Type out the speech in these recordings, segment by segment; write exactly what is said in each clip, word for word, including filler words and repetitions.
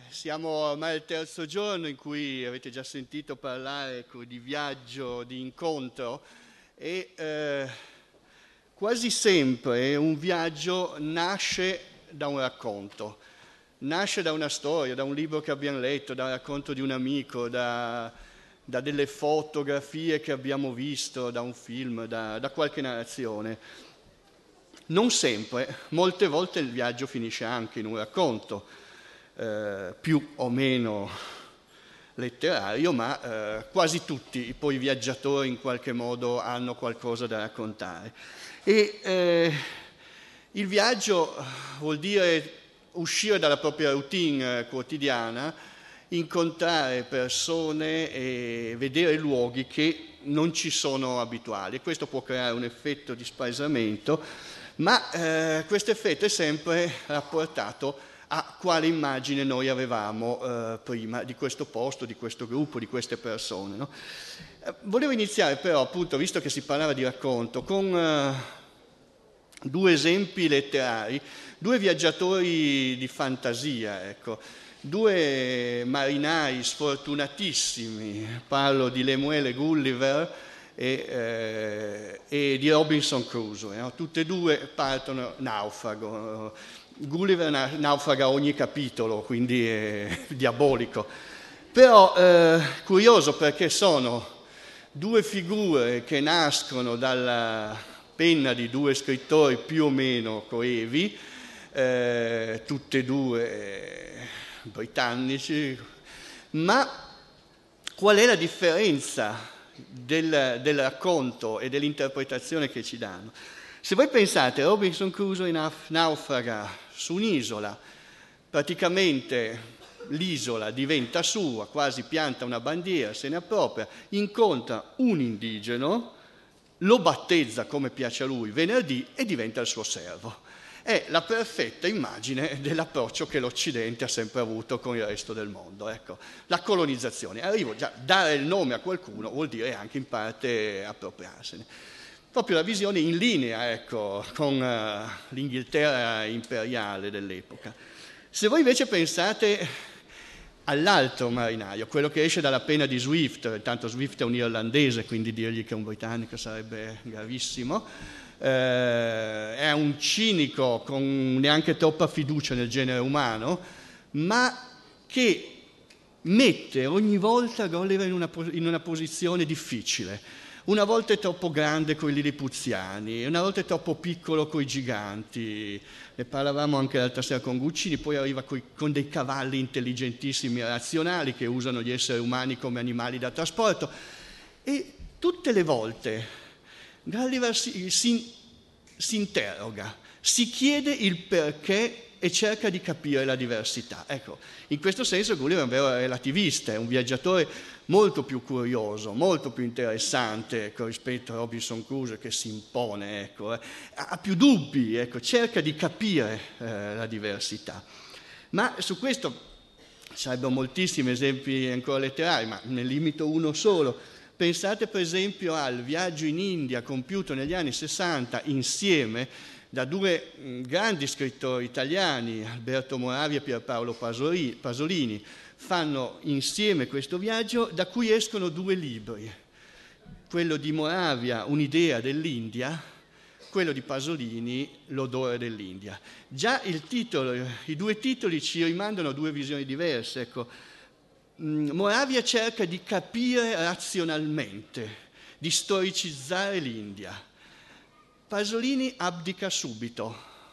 siamo ormai al terzo giorno in cui avete già sentito parlare ecco, di viaggio, di incontro e eh, quasi sempre un viaggio nasce da un racconto, nasce da una storia, da un libro che abbiamo letto, da un racconto di un amico, da, da delle fotografie che abbiamo visto, da un film, da, da qualche narrazione. Non sempre, molte volte il viaggio finisce anche in un racconto, eh, più o meno letterario, ma eh, quasi tutti poi i viaggiatori in qualche modo hanno qualcosa da raccontare. E eh, il viaggio vuol dire uscire dalla propria routine quotidiana, incontrare persone e vedere luoghi che non ci sono abituali. Questo può creare un effetto di spaesamento, ma eh, questo effetto è sempre rapportato a quale immagine noi avevamo eh, prima di questo posto, di questo gruppo, di queste persone. No? Eh, volevo iniziare però, appunto, visto che si parlava di racconto, con eh, due esempi letterari, due viaggiatori di fantasia, ecco, due marinai sfortunatissimi, parlo di Lemuel Gulliver e, eh, e di Robinson Crusoe, no? Tutte e due partono naufrago. Gulliver naufraga ogni capitolo, quindi è diabolico. Però eh, curioso perché sono due figure che nascono dalla penna di due scrittori più o meno coevi, eh, tutte e due eh, britannici, ma qual è la differenza del, del racconto e dell'interpretazione che ci danno? Se voi pensate, Robinson Crusoe naufraga su un'isola, praticamente l'isola diventa sua, quasi pianta una bandiera, se ne appropria, incontra un indigeno, lo battezza come piace a lui venerdì e diventa il suo servo. È la perfetta immagine dell'approccio che l'Occidente ha sempre avuto con il resto del mondo. Ecco, la colonizzazione. Arrivo già, dare il nome a qualcuno vuol dire anche in parte appropriarsene. Proprio la visione in linea, ecco, con uh, l'Inghilterra imperiale dell'epoca. Se voi invece pensate all'altro marinaio, quello che esce dalla penna di Swift, tanto Swift è un irlandese, quindi dirgli che è un britannico sarebbe gravissimo, eh, è un cinico con neanche troppa fiducia nel genere umano, ma che mette ogni volta Gulliver in una, in una posizione difficile. Una volta è troppo grande con i lilipuziani, una volta è troppo piccolo con i giganti. Ne parlavamo anche l'altra sera con Guccini, poi arriva coi, con dei cavalli intelligentissimi e razionali che usano gli esseri umani come animali da trasporto. E tutte le volte Gulliver si, si, si interroga, si chiede il perché e cerca di capire la diversità. Ecco, in questo senso Gulliver è un vero relativista, è un viaggiatore molto più curioso, molto più interessante ecco, rispetto a Robinson Crusoe che si impone, ecco, eh. ha più dubbi, ecco, cerca di capire eh, la diversità. Ma su questo sarebbero moltissimi esempi ancora letterari, ma ne limito uno solo. Pensate per esempio al viaggio in India compiuto negli anni sessanta insieme da due grandi scrittori italiani, Alberto Moravia e Pierpaolo Pasolini, fanno insieme questo viaggio da cui escono due libri. Quello di Moravia, Un'idea dell'India, quello di Pasolini, L'odore dell'India. Già il titolo, i due titoli ci rimandano a due visioni diverse. Ecco, Moravia cerca di capire razionalmente, di storicizzare l'India. Pasolini abdica subito,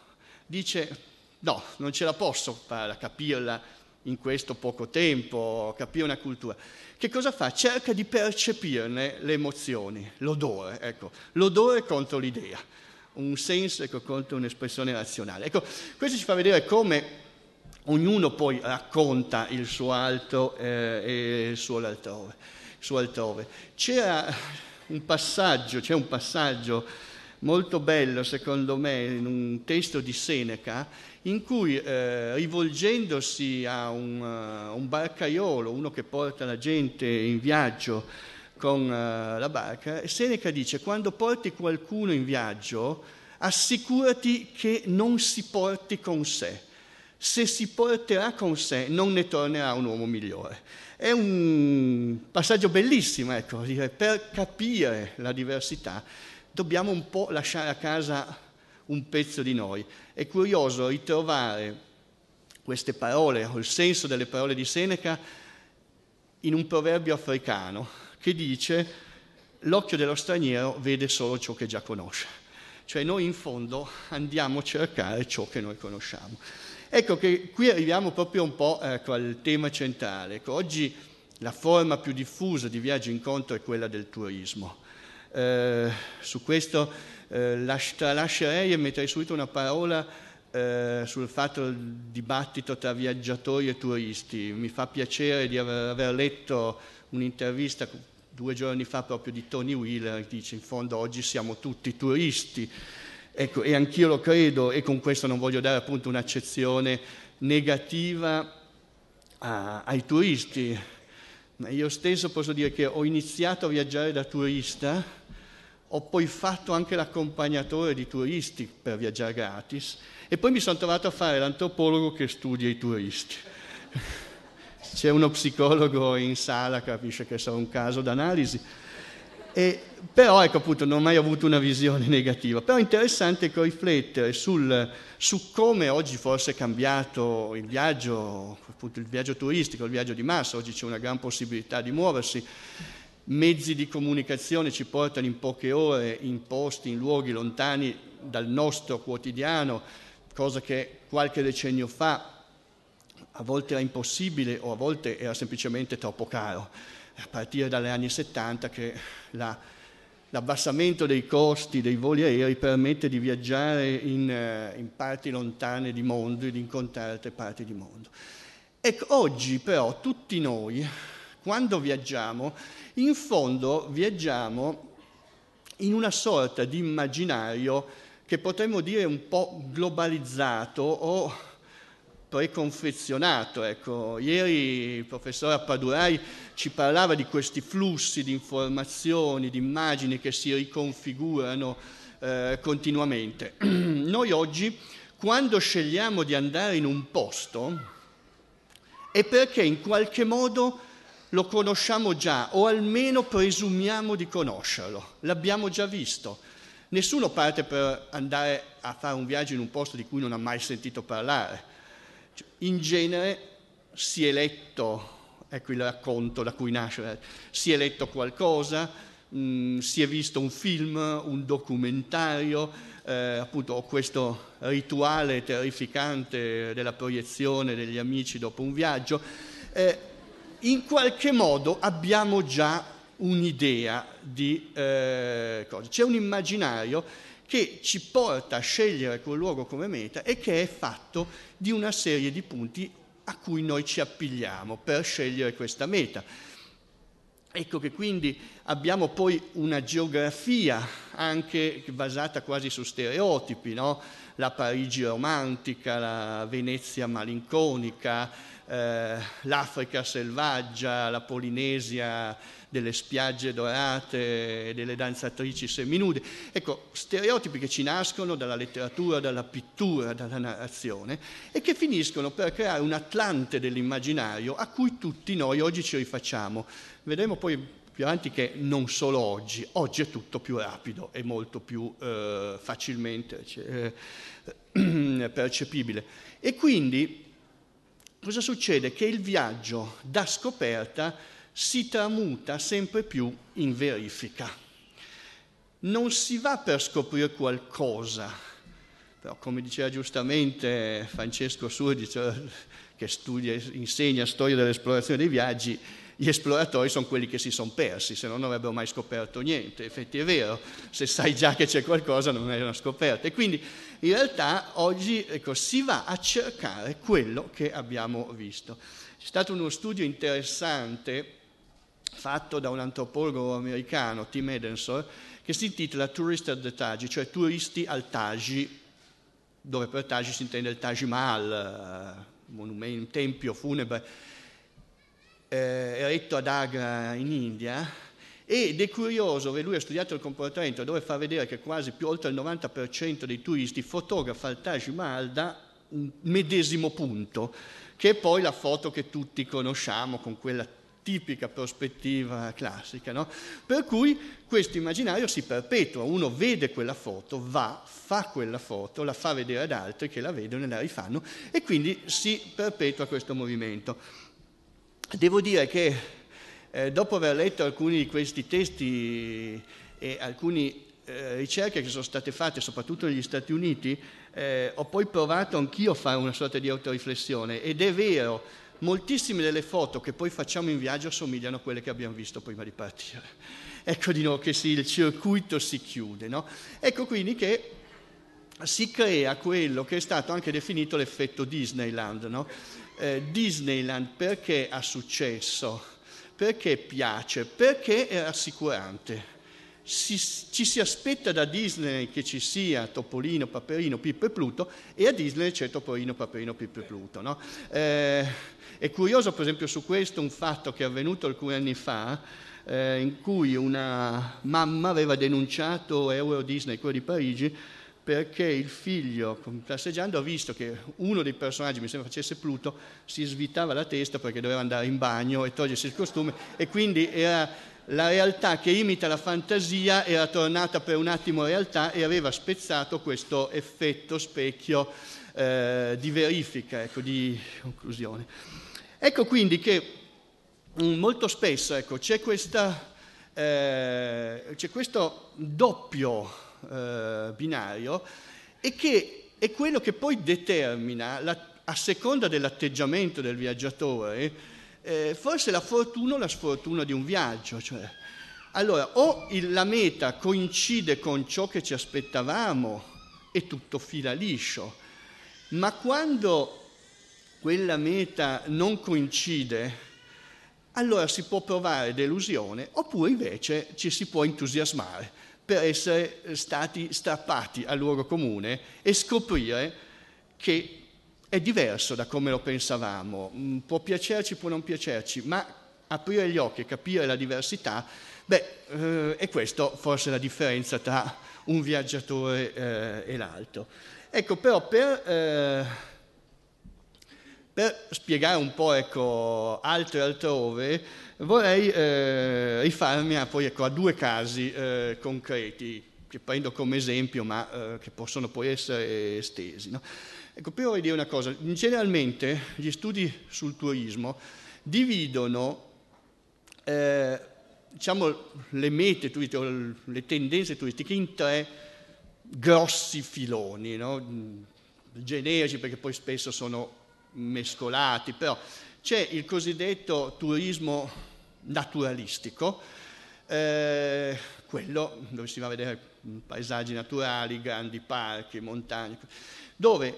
dice no, non ce la posso fare a capirla in questo poco tempo, capire una cultura. Che cosa fa? Cerca di percepirne le emozioni, l'odore, ecco, l'odore contro l'idea, un senso ecco, contro un'espressione razionale. Ecco, questo ci fa vedere come ognuno poi racconta il suo alto eh, e il suo altrove, il suo altrove. C'era un passaggio, c'è un passaggio molto bello secondo me in un testo di Seneca in cui eh, rivolgendosi a un, uh, un barcaiolo, uno che porta la gente in viaggio con uh, la barca, Seneca dice quando porti qualcuno in viaggio assicurati che non si porti con sé, se si porterà con sé non ne tornerà un uomo migliore. È un passaggio bellissimo, ecco, dire, per capire la diversità dobbiamo un po' lasciare a casa un pezzo di noi. È curioso ritrovare queste parole, o il senso delle parole di Seneca, in un proverbio africano che dice: l'occhio dello straniero vede solo ciò che già conosce. Cioè noi in fondo andiamo a cercare ciò che noi conosciamo. Ecco che qui arriviamo proprio un po' ecco, al tema centrale. Ecco, oggi la forma più diffusa di viaggio incontro è quella del turismo. Eh, su questo eh, las- tralascerei e metterei subito una parola eh, sul fatto del dibattito tra viaggiatori e turisti. Mi fa piacere di aver, aver letto un'intervista due giorni fa proprio di Tony Wheeler, che dice in fondo oggi siamo tutti turisti. Ecco, e anch'io lo credo, e con questo non voglio dare appunto un'accezione negativa a, ai turisti, ma io stesso posso dire che ho iniziato a viaggiare da turista, ho poi fatto anche l'accompagnatore di turisti per viaggiare gratis, e poi mi sono trovato a fare l'antropologo che studia i turisti. C'è uno psicologo in sala, capisce che sono un caso d'analisi. E, però ecco appunto non ho mai avuto una visione negativa, però è interessante ecco, riflettere sul, su come oggi forse è cambiato il viaggio, appunto il viaggio turistico, il viaggio di massa. Oggi c'è una gran possibilità di muoversi, mezzi di comunicazione ci portano in poche ore in posti, in luoghi lontani dal nostro quotidiano, cosa che qualche decennio fa a volte era impossibile o a volte era semplicemente troppo caro. A partire dagli anni settanta che la, l'abbassamento dei costi dei voli aerei permette di viaggiare in, uh, in parti lontane di mondo e di incontrare altre parti di mondo. Ecco, oggi però tutti noi, quando viaggiamo, in fondo viaggiamo in una sorta di immaginario che potremmo dire un po' globalizzato o preconfezionato. Ecco, ieri il professore Appadurai ci parlava di questi flussi di informazioni, di immagini che si riconfigurano eh, continuamente. Noi oggi, quando scegliamo di andare in un posto, è perché in qualche modo lo conosciamo già, o almeno presumiamo di conoscerlo, l'abbiamo già visto. Nessuno parte per andare a fare un viaggio in un posto di cui non ha mai sentito parlare. In genere si è letto, ecco il racconto da cui nasce, si è letto qualcosa, mh, si è visto un film, un documentario, eh, appunto questo rituale terrificante della proiezione degli amici dopo un viaggio. Eh, in qualche modo abbiamo già un'idea di eh, cosa. C'è un immaginario che ci porta a scegliere quel luogo come meta e che è fatto di una serie di punti a cui noi ci appigliamo per scegliere questa meta. Ecco che quindi abbiamo poi una geografia anche basata quasi su stereotipi, no? La Parigi romantica, la Venezia malinconica, eh, l'Africa selvaggia, la Polinesia delle spiagge dorate e delle danzatrici seminude. Ecco, stereotipi che ci nascono dalla letteratura, dalla pittura, dalla narrazione e che finiscono per creare un Atlante dell'immaginario a cui tutti noi oggi ci rifacciamo. Vedremo poi più avanti che non solo oggi, oggi è tutto più rapido e molto più eh, facilmente eh, percepibile. E quindi cosa succede? Che il viaggio da scoperta si tramuta sempre più in verifica. Non si va per scoprire qualcosa, però come diceva giustamente Francesco Surdi, cioè, che studia, insegna storia dell'esplorazione dei viaggi, gli esploratori sono quelli che si sono persi, se no non avrebbero mai scoperto niente. In effetti è vero, se sai già che c'è qualcosa non è una scoperta. E quindi in realtà oggi ecco, si va a cercare quello che abbiamo visto. C'è stato uno studio interessante fatto da un antropologo americano, Tim Edensor, che si intitola Tourist at the Taj, cioè turisti al Taj, dove per Taj si intende il Taj Mahal, monumento, tempio funebre, eh, eretto ad Agra in India, ed è curioso, lui ha studiato il comportamento, dove fa vedere che quasi più oltre il novanta per cento dei turisti fotografa il Taj Mahal da un medesimo punto, che è poi la foto che tutti conosciamo con quella tipica prospettiva classica, no? Per cui questo immaginario si perpetua, uno vede quella foto, va, fa quella foto, la fa vedere ad altri che la vedono e la rifanno, e quindi si perpetua questo movimento. Devo dire che eh, dopo aver letto alcuni di questi testi e alcune eh, ricerche che sono state fatte soprattutto negli Stati Uniti, eh, ho poi provato anch'io a fare una sorta di autoriflessione, ed è vero, moltissime delle foto che poi facciamo in viaggio somigliano a quelle che abbiamo visto prima di partire. Ecco di nuovo che sì, il circuito si chiude, no? Ecco quindi che si crea quello che è stato anche definito l'effetto Disneyland, no? Eh, Disneyland perché ha successo? Perché piace? Perché è rassicurante. Si, ci si aspetta da Disney che ci sia Topolino, Paperino, Pippo e Pluto, e a Disney c'è Topolino, Paperino, Pippo e Pluto, no? Eh, è curioso per esempio su questo un fatto che è avvenuto alcuni anni fa, eh, in cui una mamma aveva denunciato Euro Disney, quello di Parigi, perché il figlio, passeggiando, ha visto che uno dei personaggi, mi sembra facesse Pluto, si svitava la testa perché doveva andare in bagno e togliersi il costume, e quindi era la realtà che imita la fantasia era tornata per un attimo realtà e aveva spezzato questo effetto specchio eh, di verifica, ecco, di conclusione. Ecco quindi che molto spesso ecco, c'è, questa, eh, c'è questo doppio eh, binario, e che è quello che poi determina, la, a seconda dell'atteggiamento del viaggiatore, eh, forse la fortuna o la sfortuna di un viaggio. Cioè, allora, o il, la meta coincide con ciò che ci aspettavamo e tutto fila liscio, ma quando quella meta non coincide, allora si può provare delusione, oppure invece ci si può entusiasmare per essere stati strappati al luogo comune e scoprire che è diverso da come lo pensavamo. Può piacerci, può non piacerci, ma aprire gli occhi e capire la diversità, beh, eh, è questo forse la differenza tra un viaggiatore eh, e l'altro. Ecco, però per... Eh, Per spiegare un po' ecco, altre altrove, vorrei eh, rifarmi a, poi, ecco, a due casi eh, concreti che prendo come esempio, ma eh, che possono poi essere estesi. No? Ecco, prima vorrei dire una cosa. Generalmente gli studi sul turismo dividono eh, diciamo, le mete turistiche, le tendenze turistiche in tre grossi filoni, no? Generici, perché poi spesso sono mescolati, però c'è il cosiddetto turismo naturalistico, eh, quello dove si va a vedere paesaggi naturali, grandi parchi, montagne, dove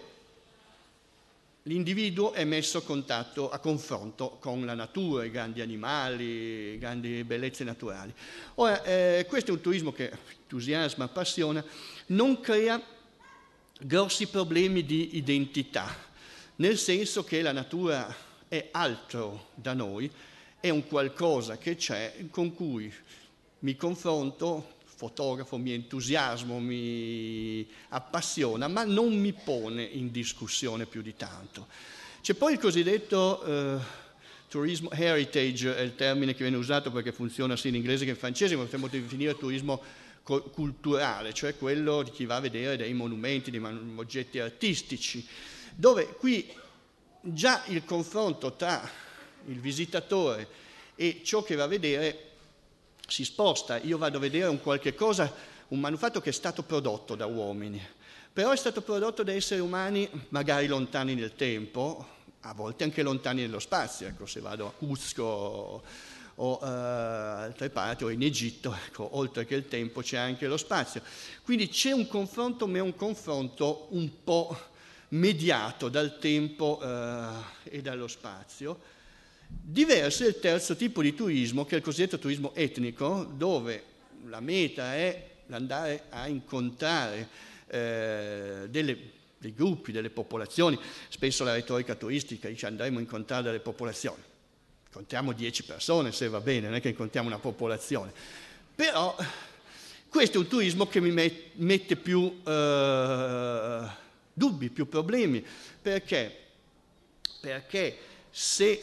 l'individuo è messo a contatto, a confronto con la natura, i grandi animali, grandi bellezze naturali. Ora, eh, questo è un turismo che entusiasma, appassiona, non crea grossi problemi di identità, nel senso che la natura è altro da noi, è un qualcosa che c'è, con cui mi confronto, fotografo, mi entusiasmo, mi appassiona, ma non mi pone in discussione più di tanto. C'è poi il cosiddetto eh, turismo heritage, è il termine che viene usato perché funziona sia in inglese che in francese, ma potremmo definire turismo culturale, cioè quello di chi va a vedere dei monumenti, dei oggetti artistici, dove qui già il confronto tra il visitatore e ciò che va a vedere si sposta. Io vado a vedere un qualche cosa, un manufatto che è stato prodotto da uomini, però è stato prodotto da esseri umani magari lontani nel tempo, a volte anche lontani nello spazio. Ecco, se vado a Cusco o uh, altre parti, o in Egitto, ecco, oltre che il tempo c'è anche lo spazio. Quindi c'è un confronto, ma è un confronto un po' mediato dal tempo uh, e dallo spazio. Diverso è il terzo tipo di turismo, che è il cosiddetto turismo etnico, dove la meta è andare a incontrare eh, delle, dei gruppi, delle popolazioni. Spesso la retorica turistica dice andremo a incontrare delle popolazioni. Incontriamo dieci persone se va bene, non è che incontriamo una popolazione. Però questo è un turismo che mi met- mette più... Eh, dubbi, più problemi. Perché? Perché se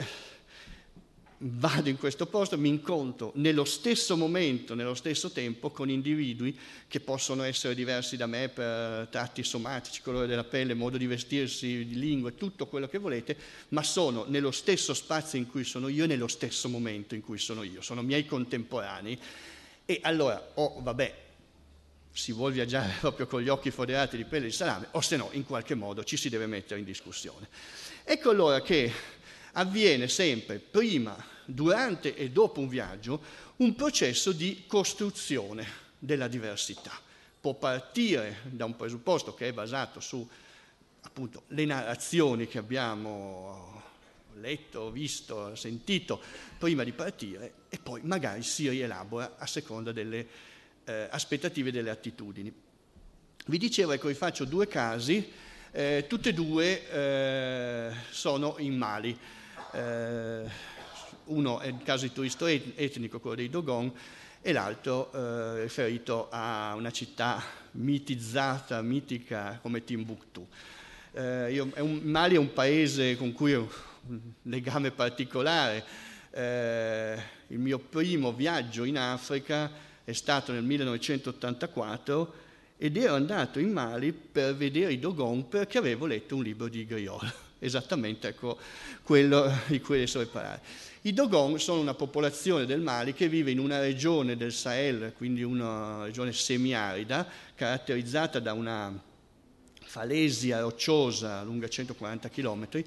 vado in questo posto mi incontro nello stesso momento, nello stesso tempo, con individui che possono essere diversi da me per tratti somatici, colore della pelle, modo di vestirsi, di lingue, tutto quello che volete, ma sono nello stesso spazio in cui sono io e nello stesso momento in cui sono io, sono miei contemporanei. E allora, o oh, vabbè, si vuol viaggiare proprio con gli occhi foderati di pelle di salame, o se no, in qualche modo ci si deve mettere in discussione. Ecco allora che avviene sempre prima, durante e dopo un viaggio un processo di costruzione della diversità. Può partire da un presupposto che è basato su appunto le narrazioni che abbiamo letto, visto, sentito prima di partire e poi magari si rielabora a seconda delle eh, aspettative e delle attitudini. Vi dicevo, ecco, vi faccio due casi, eh, tutte e due eh, sono in Mali. Eh, uno è il caso di turisto etnico, quello dei Dogon, e l'altro eh, riferito a una città mitizzata, mitica come Timbuktu. Eh, io, è un, Mali è un paese con cui ho un legame particolare. Eh, il mio primo viaggio in Africa è stato nel millenovecentottantaquattro ed ero andato in Mali per vedere i Dogon perché avevo letto un libro di Griol. Esattamente, ecco, quello di cui adesso vorrei parlare. I Dogon sono una popolazione del Mali che vive in una regione del Sahel, quindi una regione semiarida, caratterizzata da una falesia rocciosa lunga centoquaranta chilometri,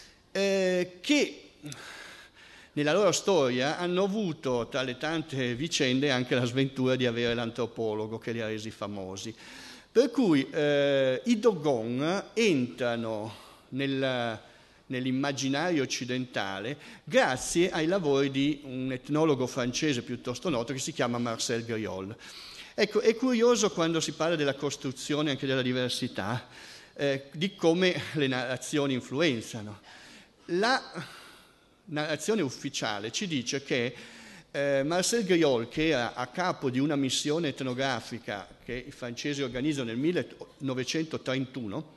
eh, che nella loro storia hanno avuto, tra le tante vicende, anche la sventura di avere l'antropologo che li ha resi famosi. Per cui eh, i Dogon entrano Nel, nell'immaginario occidentale grazie ai lavori di un etnologo francese piuttosto noto che si chiama Marcel Griol. Ecco, è curioso quando si parla della costruzione anche della diversità, eh, di come le narrazioni influenzano. La narrazione ufficiale ci dice che eh, Marcel Griol, che era a capo di una missione etnografica che i francesi organizzano nel millenovecentotrentuno,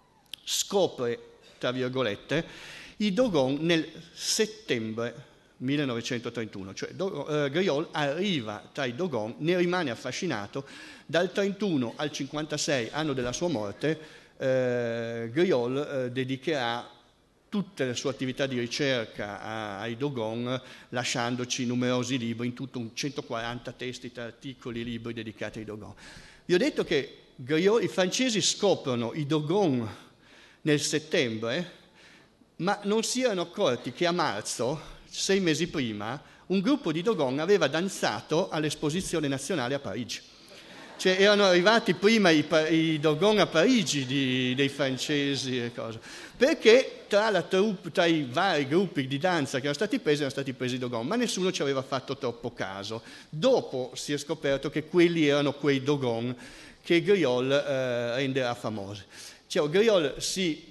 scopre, tra virgolette, i Dogon nel settembre millenovecentotrentuno, cioè uh, Griol arriva tra i Dogon, ne rimane affascinato, dal trentuno al cinquantasei, anno della sua morte, uh, Griol uh, dedicherà tutte le sue attività di ricerca a, ai Dogon, lasciandoci numerosi libri, in tutto un centoquaranta testi tra articoli e libri dedicati ai Dogon. Vi ho detto che Griol, i francesi scoprono i Dogon nel settembre, ma non si erano accorti che a marzo, sei mesi prima, un gruppo di Dogon aveva danzato all'Esposizione Nazionale a Parigi. Cioè erano arrivati prima i, i Dogon a Parigi di, dei francesi e cose, perché tra, la troupe, tra i vari gruppi di danza che erano stati presi erano stati presi i Dogon, ma nessuno ci aveva fatto troppo caso. Dopo si è scoperto che quelli erano quei Dogon che Griol eh, renderà famosi. Cioè, Griol si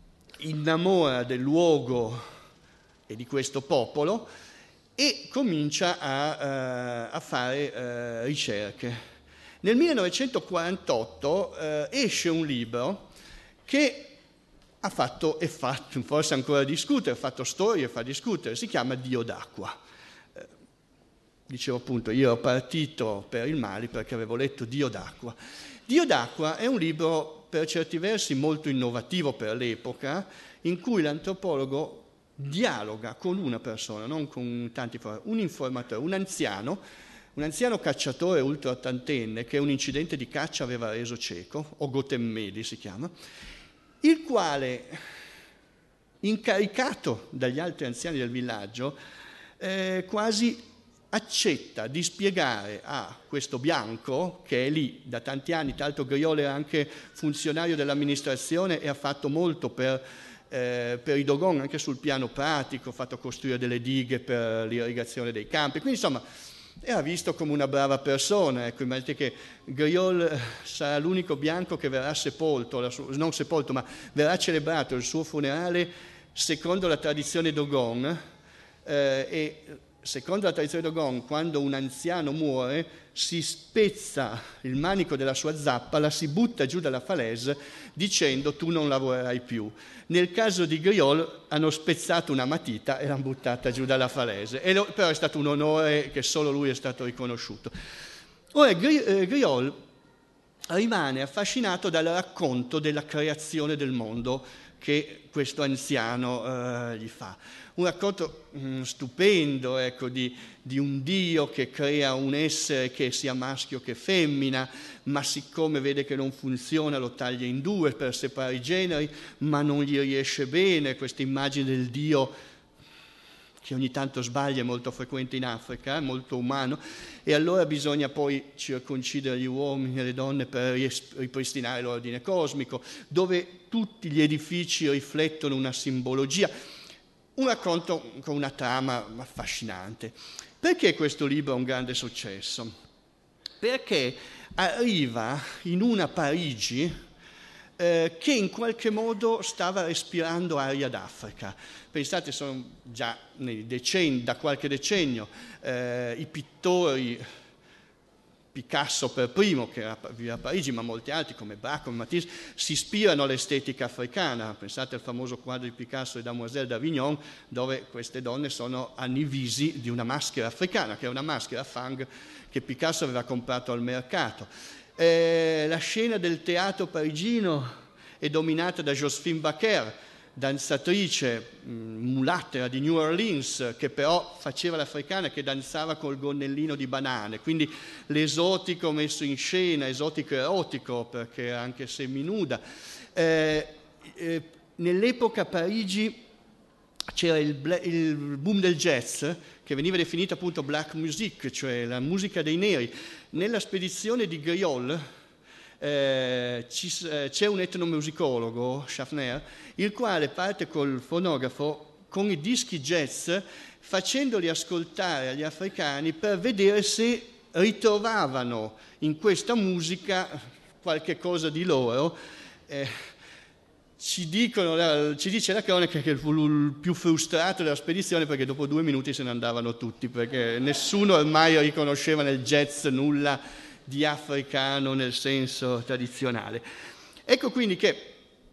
innamora del luogo e di questo popolo e comincia a, uh, a fare uh, ricerche. Nel millenovecentoquarantotto uh, esce un libro che ha fatto e fa forse ancora discutere, ha fatto storie e fa discutere, si chiama Dio d'acqua. Uh, dicevo appunto, io ero partito per il Mali perché avevo letto Dio d'acqua. Dio d'acqua è un libro per certi versi molto innovativo per l'epoca, in cui l'antropologo dialoga con una persona, non con tanti, un informatore, un anziano, un anziano cacciatore ultra ottantenne che un incidente di caccia aveva reso cieco, Ogotemmedi si chiama, il quale, incaricato dagli altri anziani del villaggio, eh, quasi accetta di spiegare a questo bianco, che è lì da tanti anni, tra l'altro Griol era anche funzionario dell'amministrazione e ha fatto molto per, eh, per i Dogon, anche sul piano pratico, ha fatto costruire delle dighe per l'irrigazione dei campi, quindi insomma era visto come una brava persona. Ecco, immaginate che Griol sarà l'unico bianco che verrà sepolto, non sepolto, ma verrà celebrato il suo funerale secondo la tradizione Dogon, eh, e secondo la tradizione Dogon, quando un anziano muore, si spezza il manico della sua zappa, la si butta giù dalla falaise dicendo tu non lavorerai più. Nel caso di Griol hanno spezzato una matita e l'hanno buttata giù dalla falaise, e lo, però è stato un onore che solo lui è stato riconosciuto. Ora, Griol rimane affascinato dal racconto della creazione del mondo che questo anziano eh, gli fa. Un racconto mh, stupendo, ecco, di, di un Dio che crea un essere che sia maschio che femmina, ma siccome vede che non funziona lo taglia in due per separare i generi, ma non gli riesce bene. Questa immagine del Dio che ogni tanto sbaglia, è molto frequente in Africa, è molto umano, e allora bisogna poi circoncidere gli uomini e le donne per ripristinare l'ordine cosmico, dove tutti gli edifici riflettono una simbologia. Un racconto con una trama affascinante. Perché questo libro ha un grande successo? Perché arriva in una Parigi eh, che in qualche modo stava respirando aria d'Africa. Pensate, sono già nei decenni, da qualche decennio, eh, i pittori, Picasso per primo, che vive a Parigi, ma molti altri come Braque, come Matisse, si ispirano all'estetica africana. Pensate al famoso quadro di Picasso, Le Demoiselles d'Avignon, dove queste donne sono annivisi di una maschera africana, che è una maschera Fang che Picasso aveva comprato al mercato. Eh, la scena del teatro parigino è dominata da Josephine Baker, danzatrice mh, mulattera di New Orleans, che però faceva l'africana, che danzava col gonnellino di banane, quindi l'esotico messo in scena, esotico erotico, perché era anche seminuda. Eh, eh, nell'epoca a Parigi c'era il, bla- il boom del jazz, che veniva definito appunto black music, cioè la musica dei neri. Nella spedizione di Griol eh, ci, eh, c'è un etnomusicologo, Schaffner, il quale parte col fonografo con i dischi jazz, facendoli ascoltare agli africani per vedere se ritrovavano in questa musica qualche cosa di loro. Eh, Ci, dicono, ci dice la cronaca che fu il più frustrato della spedizione perché dopo due minuti se ne andavano tutti, perché nessuno ormai riconosceva nel jazz nulla di africano nel senso tradizionale. Ecco quindi che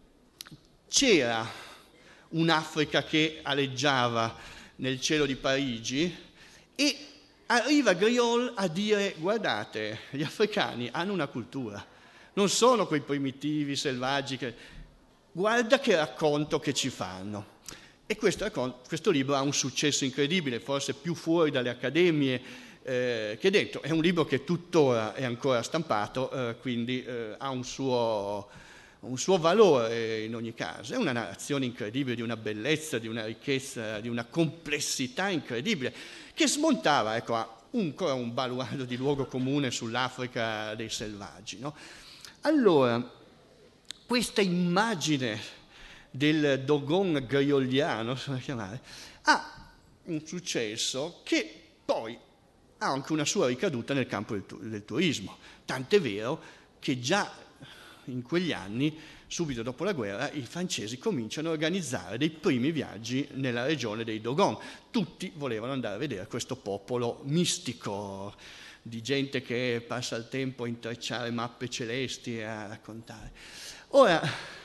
c'era un'Africa che aleggiava nel cielo di Parigi e arriva Griol a dire: guardate, gli africani hanno una cultura, non sono quei primitivi selvaggi che... Guarda che racconto che ci fanno. E questo, racconto, questo libro ha un successo incredibile, forse più fuori dalle accademie eh, che dentro. È un libro che tuttora è ancora stampato, eh, quindi eh, ha un suo, un suo valore in ogni caso. È una narrazione incredibile, di una bellezza, di una ricchezza, di una complessità incredibile, che smontava, ecco, ancora un baluardo di luogo comune sull'Africa dei selvaggi, no? Allora, questa immagine del Dogon grioliano, so chiamare, ha un successo che poi ha anche una sua ricaduta nel campo del, tu- del turismo. Tant'è vero che già in quegli anni, subito dopo la guerra, i francesi cominciano a organizzare dei primi viaggi nella regione dei Dogon. Tutti volevano andare a vedere questo popolo mistico, di gente che passa il tempo a intrecciare mappe celesti e a raccontare. Ora,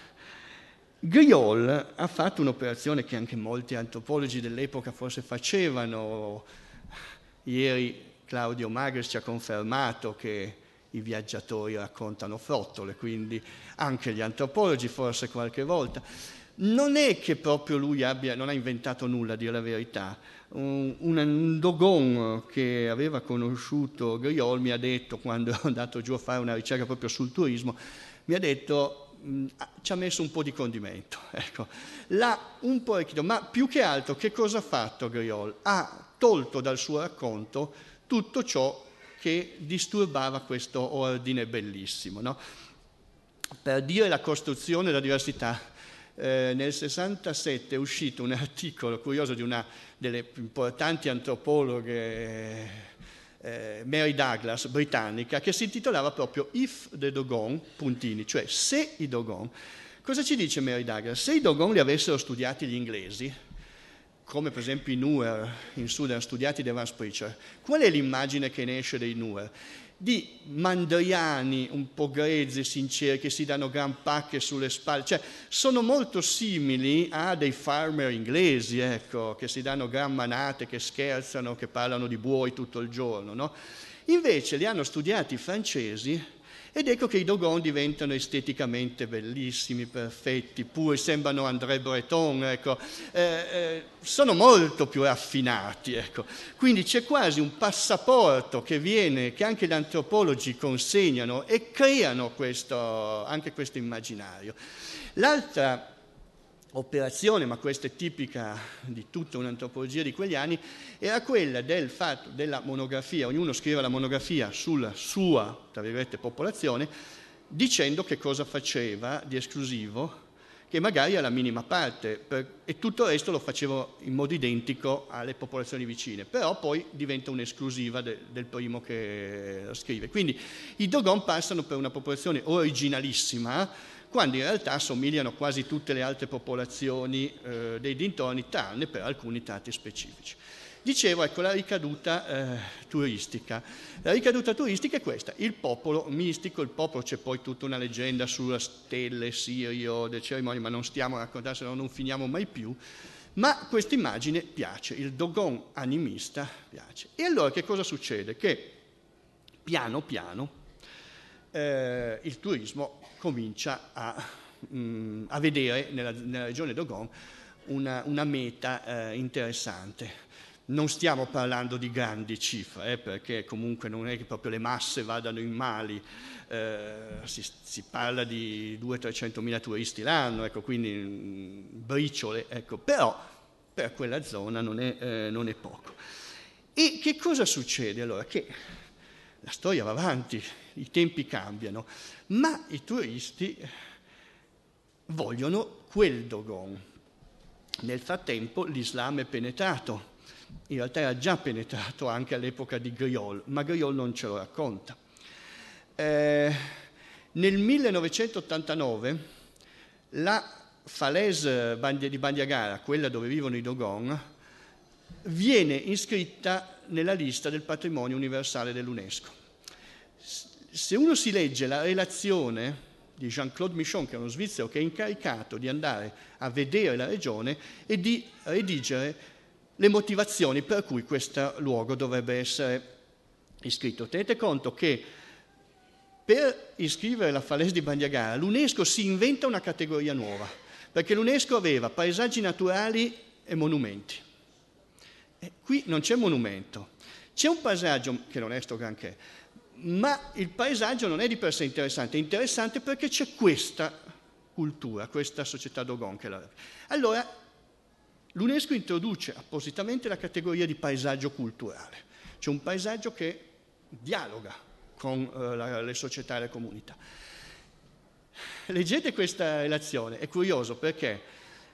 Griol ha fatto un'operazione che anche molti antropologi dell'epoca forse facevano. Ieri Claudio Magres ci ha confermato che i viaggiatori raccontano frottole, quindi anche gli antropologi forse qualche volta. Non è che proprio lui abbia, non ha inventato nulla, a dire la verità. Un, un Dogon che aveva conosciuto Griol mi ha detto, quando è andato giù a fare una ricerca proprio sul turismo, mi ha detto, mh, ci ha messo un po' di condimento, ecco. L'ha un po' arricchito, ma più che altro che cosa ha fatto Griol? Ha tolto dal suo racconto tutto ciò che disturbava questo ordine bellissimo, no? Per dire la costruzione della diversità, eh, nel sessantasette è uscito un articolo curioso di una delle più importanti antropologhe, eh, Mary Douglas, britannica, che si intitolava proprio If the Dogon, puntini, cioè se i Dogon. Cosa ci dice Mary Douglas? Se i Dogon li avessero studiati gli inglesi, come per esempio i Nuer in Sudan, studiati da Evans Pritchard, qual è l'immagine che ne esce dei Nuer? Di mandriani un po' grezzi, sinceri, che si danno gran pacche sulle spalle, cioè sono molto simili a dei farmer inglesi, ecco, che si danno gran manate, che scherzano, che parlano di buoi tutto il giorno, no? Invece li hanno studiati i francesi ed ecco che i Dogon diventano esteticamente bellissimi, perfetti, puri, sembrano André Breton, ecco, eh, eh, sono molto più raffinati, ecco. Quindi c'è quasi un passaporto che viene, che anche gli antropologi consegnano e creano questo, anche questo immaginario. L'altra operazione, ma questa è tipica di tutta un'antropologia di quegli anni, era quella del fatto della monografia. Ognuno scriveva la monografia sulla sua, tra virgolette, popolazione, dicendo che cosa faceva di esclusivo, che magari è la minima parte, per, e tutto il resto lo faceva in modo identico alle popolazioni vicine, però poi diventa un'esclusiva de, del primo che lo scrive. Quindi i Dogon passano per una popolazione originalissima, quando in realtà somigliano quasi tutte le altre popolazioni eh, dei dintorni, tranne per alcuni tratti specifici. Dicevo, ecco, la ricaduta eh, turistica. La ricaduta turistica è questa: il popolo mistico, il popolo, c'è poi tutta una leggenda sulla stelle, Sirio, delle cerimonie, ma non stiamo a raccontare, se no non finiamo mai più, ma questa immagine piace, il Dogon animista piace. E allora che cosa succede? Che piano piano eh, il turismo comincia a, mh, a vedere nella, nella regione Dogon una, una meta eh, interessante. Non stiamo parlando di grandi cifre, eh, perché comunque non è che proprio le masse vadano in Mali, eh, si, si parla di duecento-trecentomila turisti l'anno, ecco, quindi mh, briciole, ecco, però per quella zona non è, eh, non è poco. E che cosa succede allora? Che la storia va avanti, i tempi cambiano, ma i turisti vogliono quel Dogon. Nel frattempo l'Islam è penetrato, in realtà era già penetrato anche all'epoca di Griol, ma Griol non ce lo racconta. Eh, nel millenovecentottantanove la falaise di Bandiagara, quella dove vivono i Dogon, viene iscritta nella lista del patrimonio universale dell'UNESCO. Se uno si legge la relazione di Jean-Claude Michon, che è uno svizzero che è incaricato di andare a vedere la regione e di redigere le motivazioni per cui questo luogo dovrebbe essere iscritto. Tenete conto che per iscrivere la falaise di Bandiagara l'UNESCO si inventa una categoria nuova, perché l'UNESCO aveva paesaggi naturali e monumenti. E qui non c'è monumento, c'è un paesaggio che non è sto granché, ma il paesaggio non è di per sé interessante, è interessante perché c'è questa cultura, questa società Dogon che la... Allora l'UNESCO introduce appositamente la categoria di paesaggio culturale, cioè un paesaggio che dialoga con eh, la, le società e le comunità. Leggete questa relazione, è curioso perché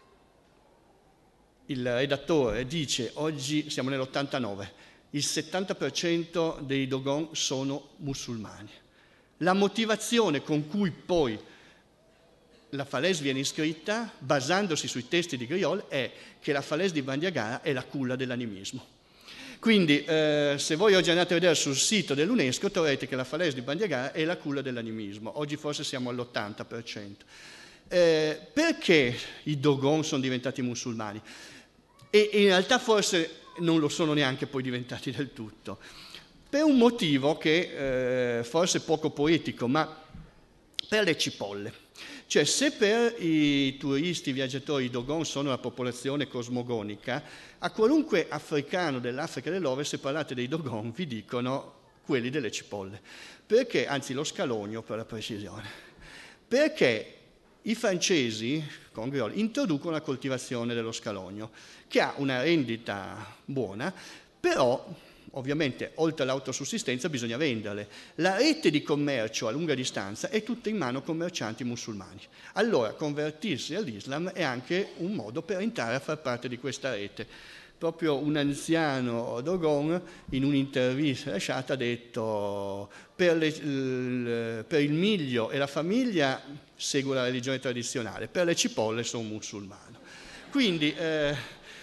il redattore dice, oggi siamo nell'ottantanove, il settanta per cento dei Dogon sono musulmani. La motivazione con cui poi la falaise viene iscritta, basandosi sui testi di Griol, è che la falaise di Bandiagara è la culla dell'animismo. Quindi eh, se voi oggi andate a vedere sul sito dell'UNESCO troverete che la falaise di Bandiagara è la culla dell'animismo. Oggi forse siamo all'ottanta per cento. Eh, perché i Dogon sono diventati musulmani? E, e in realtà forse non lo sono neanche poi diventati del tutto. Per un motivo che eh, forse è poco poetico, ma per le cipolle. Cioè, se per i turisti, i viaggiatori, i Dogon sono una popolazione cosmogonica, a qualunque africano dell'Africa dell'Ovest, se parlate dei Dogon, vi dicono quelli delle cipolle. Perché, anzi lo scalogno per la precisione. Perché i francesi, con Griol, introducono la coltivazione dello scalogno, che ha una rendita buona, però ovviamente oltre all'autosussistenza bisogna venderle. La rete di commercio a lunga distanza è tutta in mano commercianti musulmani. Allora convertirsi all'Islam è anche un modo per entrare a far parte di questa rete. Proprio un anziano Dogon in un'intervista lasciata ha detto per, le, il, per il miglio e la famiglia seguo la religione tradizionale, per le cipolle sono musulmano. Quindi eh,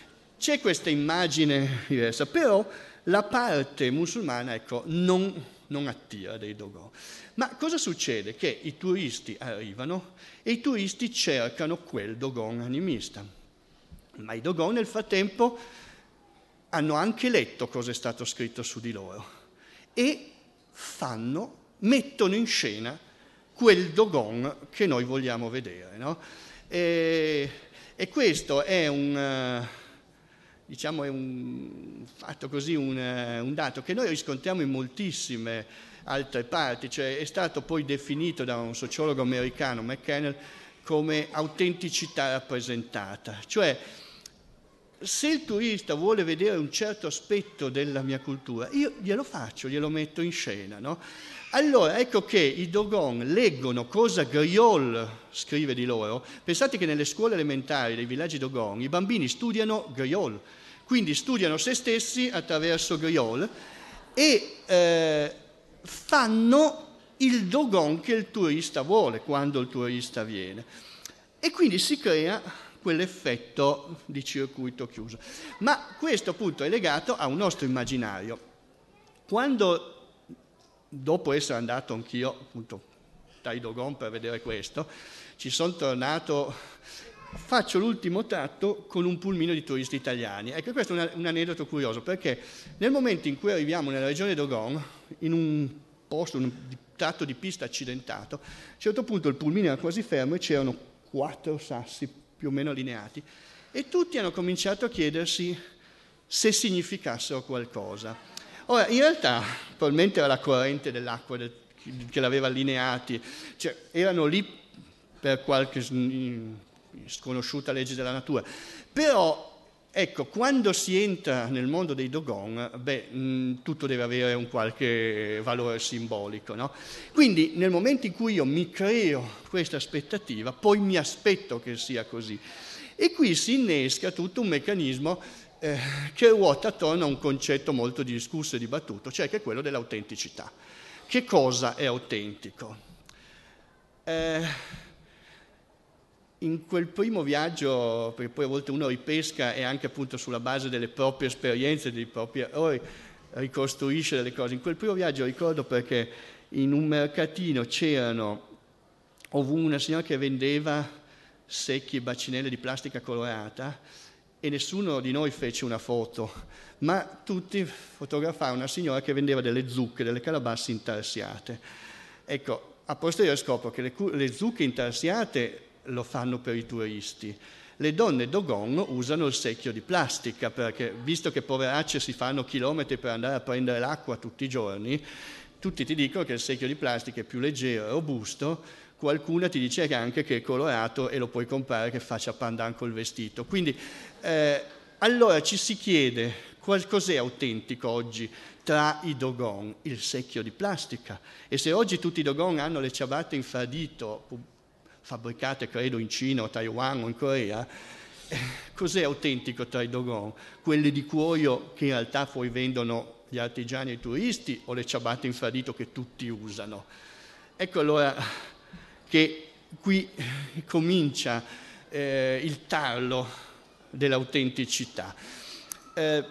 c'è questa immagine diversa, però la parte musulmana, ecco, non, non attira dei Dogon. Ma cosa succede? Che i turisti arrivano e i turisti cercano quel Dogon animista. Ma i Dogon nel frattempo hanno anche letto cosa è stato scritto su di loro e fanno, mettono in scena quel Dogon che noi vogliamo vedere, no? E, e questo è un, diciamo, è un fatto così, un, un dato che noi riscontriamo in moltissime altre parti, cioè è stato poi definito da un sociologo americano, McKennell, come autenticità rappresentata, cioè se il turista vuole vedere un certo aspetto della mia cultura, io glielo faccio, glielo metto in scena, no? Allora, ecco che i Dogon leggono cosa Griol scrive di loro. Pensate che nelle scuole elementari dei villaggi Dogon i bambini studiano Griol, quindi studiano se stessi attraverso Griol e eh, fanno il Dogon che il turista vuole quando il turista viene. E quindi si crea quell'effetto di circuito chiuso. Ma questo appunto è legato a un nostro immaginario. Quando, dopo essere andato anch'io appunto dai Dogon per vedere questo, ci sono tornato, faccio l'ultimo tratto con un pulmino di turisti italiani. Ecco, questo è un, un aneddoto curioso, perché nel momento in cui arriviamo nella regione Dogon, in un posto, un tratto di pista accidentato, a un certo punto il pulmino era quasi fermo e c'erano quattro sassi più o meno allineati, e tutti hanno cominciato a chiedersi se significassero qualcosa. Ora, in realtà, probabilmente era la corrente dell'acqua del, che l'aveva allineati, cioè erano lì per qualche sconosciuta legge della natura, però ecco, quando si entra nel mondo dei Dogon, beh, mh, tutto deve avere un qualche valore simbolico, no? Quindi nel momento in cui io mi creo questa aspettativa, poi mi aspetto che sia così. E qui si innesca tutto un meccanismo eh, che ruota attorno a un concetto molto discusso e dibattuto, cioè che è quello dell'autenticità. Che cosa è autentico? Eh, In quel primo viaggio, perché poi a volte uno ripesca e anche appunto sulla base delle proprie esperienze, dei propri errori, ricostruisce delle cose. In quel primo viaggio ricordo perché in un mercatino c'erano, ovunque una signora che vendeva secchi e bacinelle di plastica colorata e nessuno di noi fece una foto, ma tutti fotografarono una signora che vendeva delle zucche, delle calabasse intarsiate. Ecco, a posteriori scopro che le, le zucche intarsiate lo fanno per i turisti. Le donne Dogon usano il secchio di plastica perché, visto che poveracce si fanno chilometri per andare a prendere l'acqua tutti i giorni, tutti ti dicono che il secchio di plastica è più leggero e robusto, qualcuna ti dice anche che è colorato e lo puoi comprare che faccia pandan col vestito. Quindi eh, allora ci si chiede cos'è autentico oggi tra i Dogon? Il secchio di plastica. E se oggi tutti i Dogon hanno le ciabatte infradito fabbricate credo in Cina o Taiwan o in Corea, eh, cos'è autentico tra i Dogon? Quelle di cuoio che in realtà poi vendono gli artigiani e i turisti o le ciabatte infradito che tutti usano? Ecco allora che qui comincia eh, il tarlo dell'autenticità. Eh,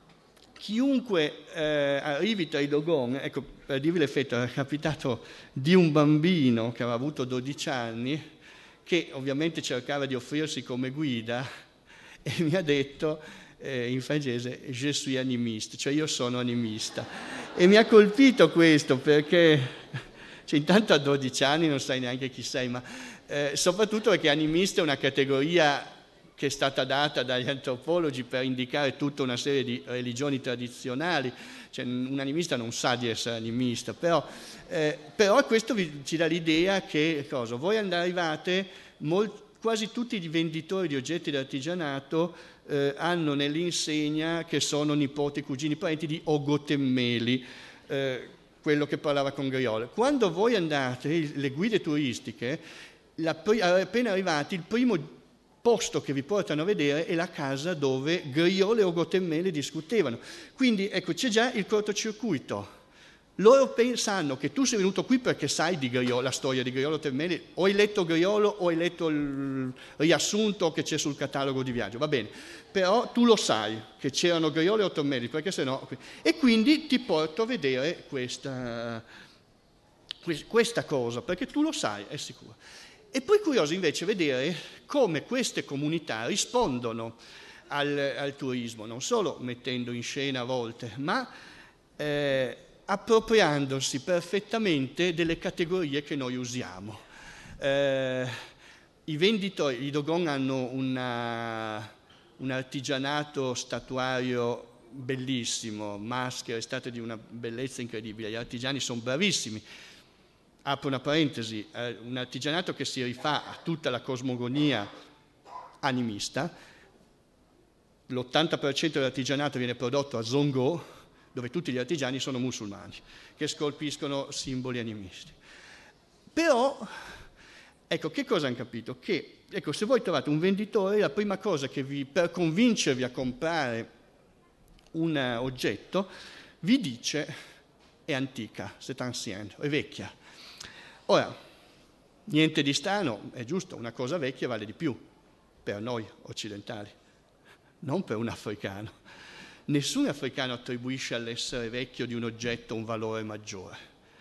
chiunque eh, arrivi tra i Dogon, ecco, per dirvi l'effetto, è capitato di un bambino che aveva avuto dodici anni, che ovviamente cercava di offrirsi come guida, e mi ha detto eh, in francese «Je suis animiste», cioè io sono animista. E mi ha colpito questo perché, cioè, intanto a dodici anni non sai neanche chi sei, ma eh, soprattutto perché animista è una categoria che è stata data dagli antropologi per indicare tutta una serie di religioni tradizionali. Cioè, un animista non sa di essere animista, però, eh, però questo vi, ci dà l'idea che cosa? Voi arrivate, molt, quasi tutti i venditori di oggetti d'artigianato eh, hanno nell'insegna che sono nipoti, cugini, parenti di Ogotemmeli, eh, quello che parlava con Griol. Quando voi andate, le guide turistiche, la, appena arrivati, il primo posto che vi portano a vedere è la casa dove Griol e Ogotemmeli discutevano. Quindi ecco, c'è già il cortocircuito. Loro pensano che tu sei venuto qui perché sai di Griolo, la storia di Griolo Termelli, o hai letto Griolo o hai letto il riassunto che c'è sul catalogo di viaggio, va bene, però tu lo sai che c'erano Griolo o Termelli, perché sennò... E quindi ti porto a vedere questa, questa cosa, perché tu lo sai, è sicuro. E poi è curioso invece vedere come queste comunità rispondono al, al turismo, non solo mettendo in scena a volte, ma... Eh, appropriandosi perfettamente delle categorie che noi usiamo. Eh, I venditori, i Dogon hanno una, un artigianato statuario bellissimo, maschere, state di una bellezza incredibile, gli artigiani sono bravissimi. Apro una parentesi, eh, un artigianato che si rifà a tutta la cosmogonia animista, l'ottanta per cento dell'artigianato viene prodotto a Zongo, dove tutti gli artigiani sono musulmani, che scolpiscono simboli animisti. Però, ecco, che cosa hanno capito? Che, ecco, se voi trovate un venditore, la prima cosa che vi, per convincervi a comprare un oggetto, vi dice è antica, c'est ancien, è vecchia. Ora, niente di strano, è giusto, una cosa vecchia vale di più per noi occidentali, non per un africano. Nessun africano attribuisce all'essere vecchio di un oggetto un valore maggiore.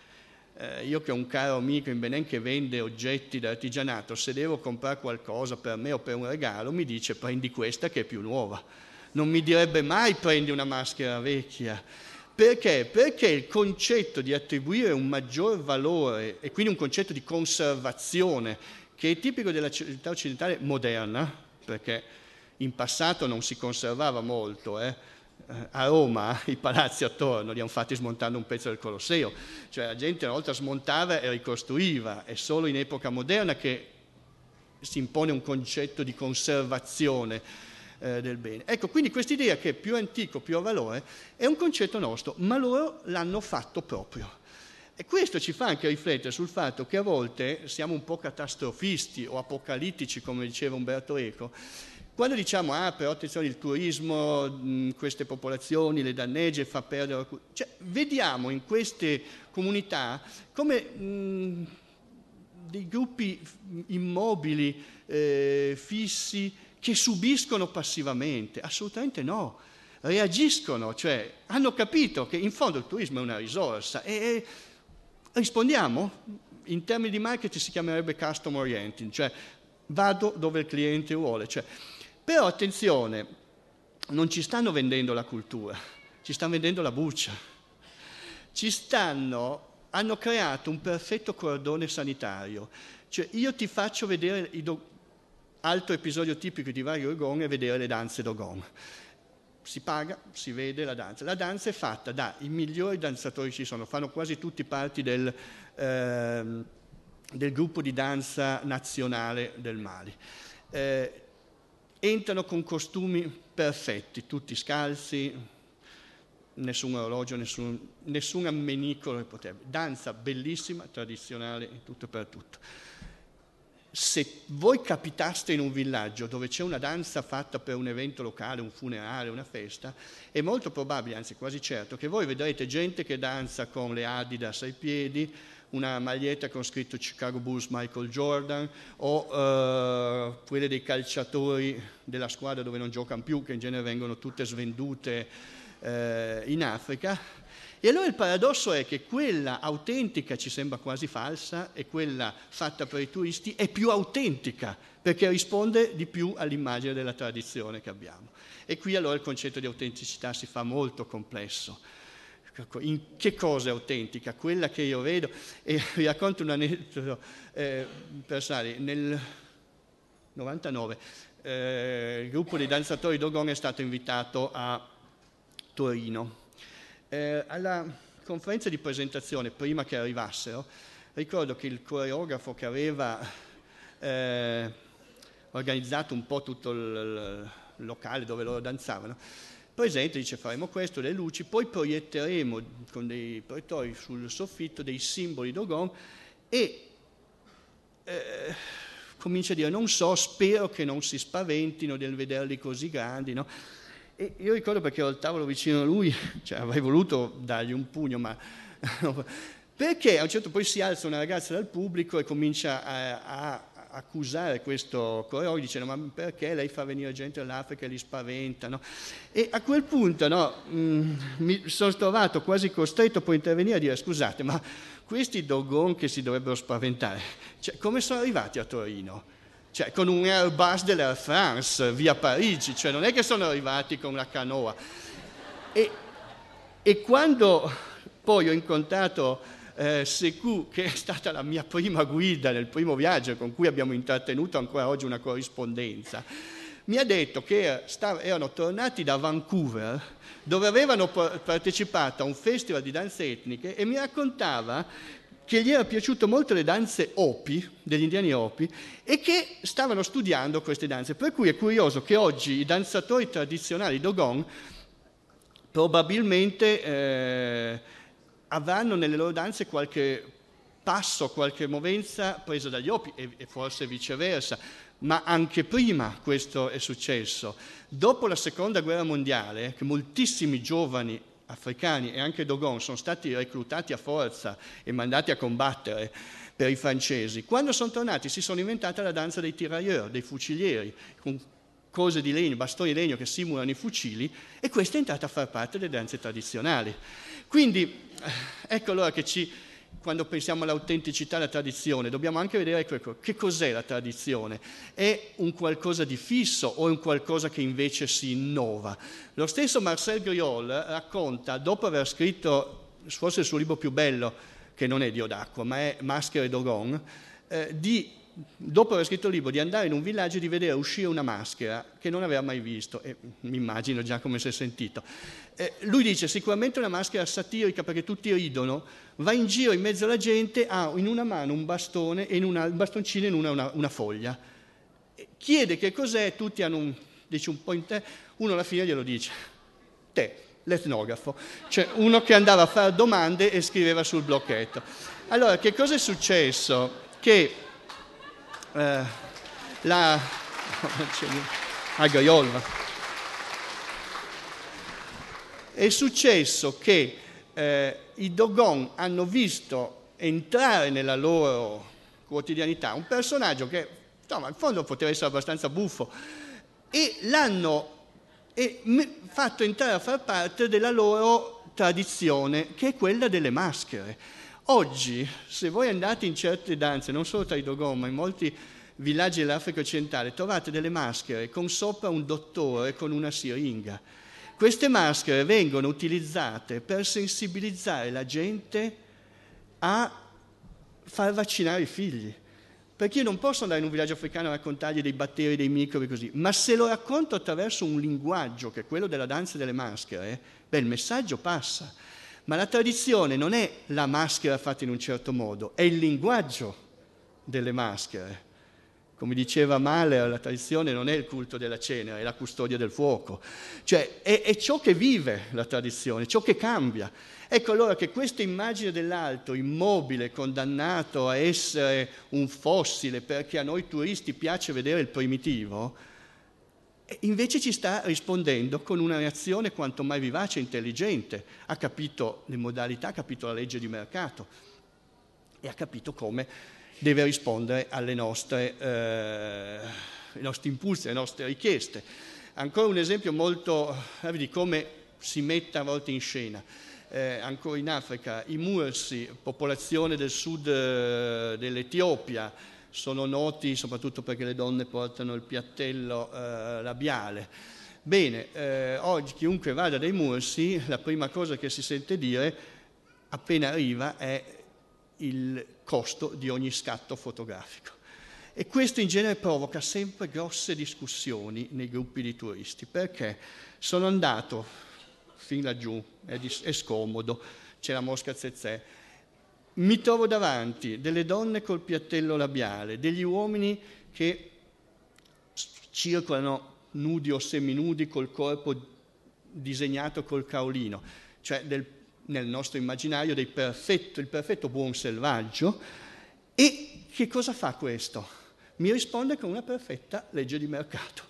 Eh, io che ho un caro amico in Benin che vende oggetti d'artigianato, se devo comprare qualcosa per me o per un regalo, mi dice prendi questa che è più nuova. Non mi direbbe mai prendi una maschera vecchia. Perché? Perché il concetto di attribuire un maggior valore e quindi un concetto di conservazione che è tipico della civiltà occidentale moderna, perché in passato non si conservava molto, eh? A Roma i palazzi attorno li hanno fatti smontando un pezzo del Colosseo, cioè la gente una volta smontava e ricostruiva, è solo in epoca moderna che si impone un concetto di conservazione eh, del bene. Ecco, quindi quest'idea che più antico più ha valore è un concetto nostro, ma loro l'hanno fatto proprio. E questo ci fa anche riflettere sul fatto che a volte siamo un po' catastrofisti o apocalittici, come diceva Umberto Eco, quando diciamo, ah, però attenzione, il turismo, mh, queste popolazioni le danneggia e fa perdere... Cioè, vediamo in queste comunità come mh, dei gruppi immobili, eh, fissi, che subiscono passivamente. Assolutamente no, reagiscono, cioè hanno capito che in fondo il turismo è una risorsa e, e rispondiamo, in termini di marketing si chiamerebbe custom orienting, cioè vado dove il cliente vuole, cioè... Però attenzione, non ci stanno vendendo la cultura, ci stanno vendendo la buccia. Ci stanno, hanno creato un perfetto cordone sanitario. Cioè io ti faccio vedere, i do, altro episodio tipico di vari Dogon è vedere le danze Dogon. Si paga, si vede la danza. La danza è fatta dai migliori danzatori ci sono, fanno quasi tutti parti del, eh, del gruppo di danza nazionale del Mali. Eh, Entrano con costumi perfetti, tutti scalzi, nessun orologio, nessun, nessun ammenicolo. Danza bellissima, tradizionale, in tutto e per tutto. Se voi capitaste in un villaggio dove c'è una danza fatta per un evento locale, un funerale, una festa, è molto probabile, anzi quasi certo, che voi vedrete gente che danza con le Adidas ai piedi, una maglietta con scritto Chicago Bulls Michael Jordan o uh, quelle dei calciatori della squadra dove non giocano più, che in genere vengono tutte svendute uh, in Africa. E allora il paradosso è che quella autentica ci sembra quasi falsa e quella fatta per i turisti è più autentica perché risponde di più all'immagine della tradizione che abbiamo. E qui allora il concetto di autenticità si fa molto complesso. In che cosa è autentica? Quella che io vedo, e vi racconto un aneddoto eh, personale. Nel novantanove eh, il gruppo di danzatori Dogon è stato invitato a Torino. Eh, alla conferenza di presentazione, prima che arrivassero, ricordo che il coreografo che aveva eh, organizzato un po' tutto il, il locale dove loro danzavano, presente, dice faremo questo, le luci, poi proietteremo con dei proiettori sul soffitto dei simboli Dogon e eh, comincia a dire non so, spero che non si spaventino del vederli così grandi, no? E io ricordo perché ero al tavolo vicino a lui, cioè avrei voluto dargli un pugno, ma Perché a un certo punto poi si alza una ragazza dal pubblico e comincia a, a accusare questo coreografo dicendo ma perché lei fa venire gente dall'Africa e li spaventa, no? E a quel punto no, mh, mi sono trovato quasi costretto poi a intervenire a dire scusate ma questi Dogon che si dovrebbero spaventare, cioè, come sono arrivati a Torino? Cioè con un Airbus dell'Air France via Parigi, cioè non è che sono arrivati con una canoa. E, e quando poi ho incontrato Eh, Sekou, che è stata la mia prima guida nel primo viaggio, con cui abbiamo intrattenuto ancora oggi una corrispondenza, mi ha detto che erano tornati da Vancouver, dove avevano partecipato a un festival di danze etniche, e mi raccontava che gli era piaciuto molto le danze Hopi, degli indiani Hopi, e che stavano studiando queste danze. Per cui è curioso che oggi i danzatori tradizionali Dogon probabilmente eh, avranno nelle loro danze qualche passo, qualche movenza presa dagli Hopi e, e forse viceversa, ma anche prima questo è successo. Dopo la seconda guerra mondiale, che moltissimi giovani africani e anche Dogon sono stati reclutati a forza e mandati a combattere per i francesi, quando sono tornati si sono inventata la danza dei tirailleurs, dei fucilieri, con cose di legno, bastoni di legno che simulano i fucili, e questa è entrata a far parte delle danze tradizionali. Quindi ecco allora che ci, quando pensiamo all'autenticità, alla tradizione, dobbiamo anche vedere che cos'è la tradizione. È un qualcosa di fisso o è un qualcosa che invece si innova? Lo stesso Marcel Griol racconta, dopo aver scritto forse il suo libro più bello, che non è Dio d'acqua, ma è Maschere Dogon, eh, di dopo aver scritto il libro, di andare in un villaggio e di vedere uscire una maschera che non aveva mai visto, e mi immagino già come si è sentito. Eh, lui dice sicuramente una maschera satirica perché tutti ridono, va in giro in mezzo alla gente, ha in una mano un bastone e in una, un bastoncino in una, una, una foglia. Chiede che cos'è, tutti hanno un, dice un po' in te, uno alla fine glielo dice, te, l'etnografo, cioè uno che andava a fare domande e scriveva sul blocchetto. Allora, che cosa è successo? Che Eh, la a Gaiolva è successo che eh, i Dogon hanno visto entrare nella loro quotidianità un personaggio che insomma in fondo poteva essere abbastanza buffo e l'hanno e, fatto entrare a far parte della loro tradizione, che è quella delle maschere. Oggi, se voi andate in certe danze, non solo tra i Dogon, ma in molti villaggi dell'Africa occidentale, trovate delle maschere con sopra un dottore con una siringa. Queste maschere vengono utilizzate per sensibilizzare la gente a far vaccinare i figli. Perché io non posso andare in un villaggio africano a raccontargli dei batteri, dei microbi così, ma se lo racconto attraverso un linguaggio, che è quello della danza delle maschere, beh, il messaggio passa. Ma la tradizione non è la maschera fatta in un certo modo, è il linguaggio delle maschere. Come diceva Mahler, la tradizione non è il culto della cenere, è la custodia del fuoco. Cioè, è, è ciò che vive la tradizione, ciò che cambia. Ecco allora che questa immagine dell'alto, immobile, condannato a essere un fossile, perché a noi turisti piace vedere il primitivo, invece ci sta rispondendo con una reazione quanto mai vivace e intelligente. Ha capito le modalità, ha capito la legge di mercato e ha capito come deve rispondere alle nostre, eh, ai nostri impulsi, alle nostre richieste. Ancora un esempio molto eh, di come si mette a volte in scena. Eh, ancora in Africa, i Mursi, popolazione del sud eh, dell'Etiopia, sono noti soprattutto perché le donne portano il piattello eh, labiale. Bene, eh, oggi chiunque vada dai Mursi, la prima cosa che si sente dire appena arriva è il costo di ogni scatto fotografico. E questo in genere provoca sempre grosse discussioni nei gruppi di turisti, perché sono andato fin laggiù, è, di, è scomodo, c'è la mosca zezè, mi trovo davanti delle donne col piattello labiale, degli uomini che circolano nudi o seminudi col corpo disegnato col caolino, cioè del, nel nostro immaginario del perfetto, il perfetto buon selvaggio. E che cosa fa questo? Mi risponde con una perfetta legge di mercato.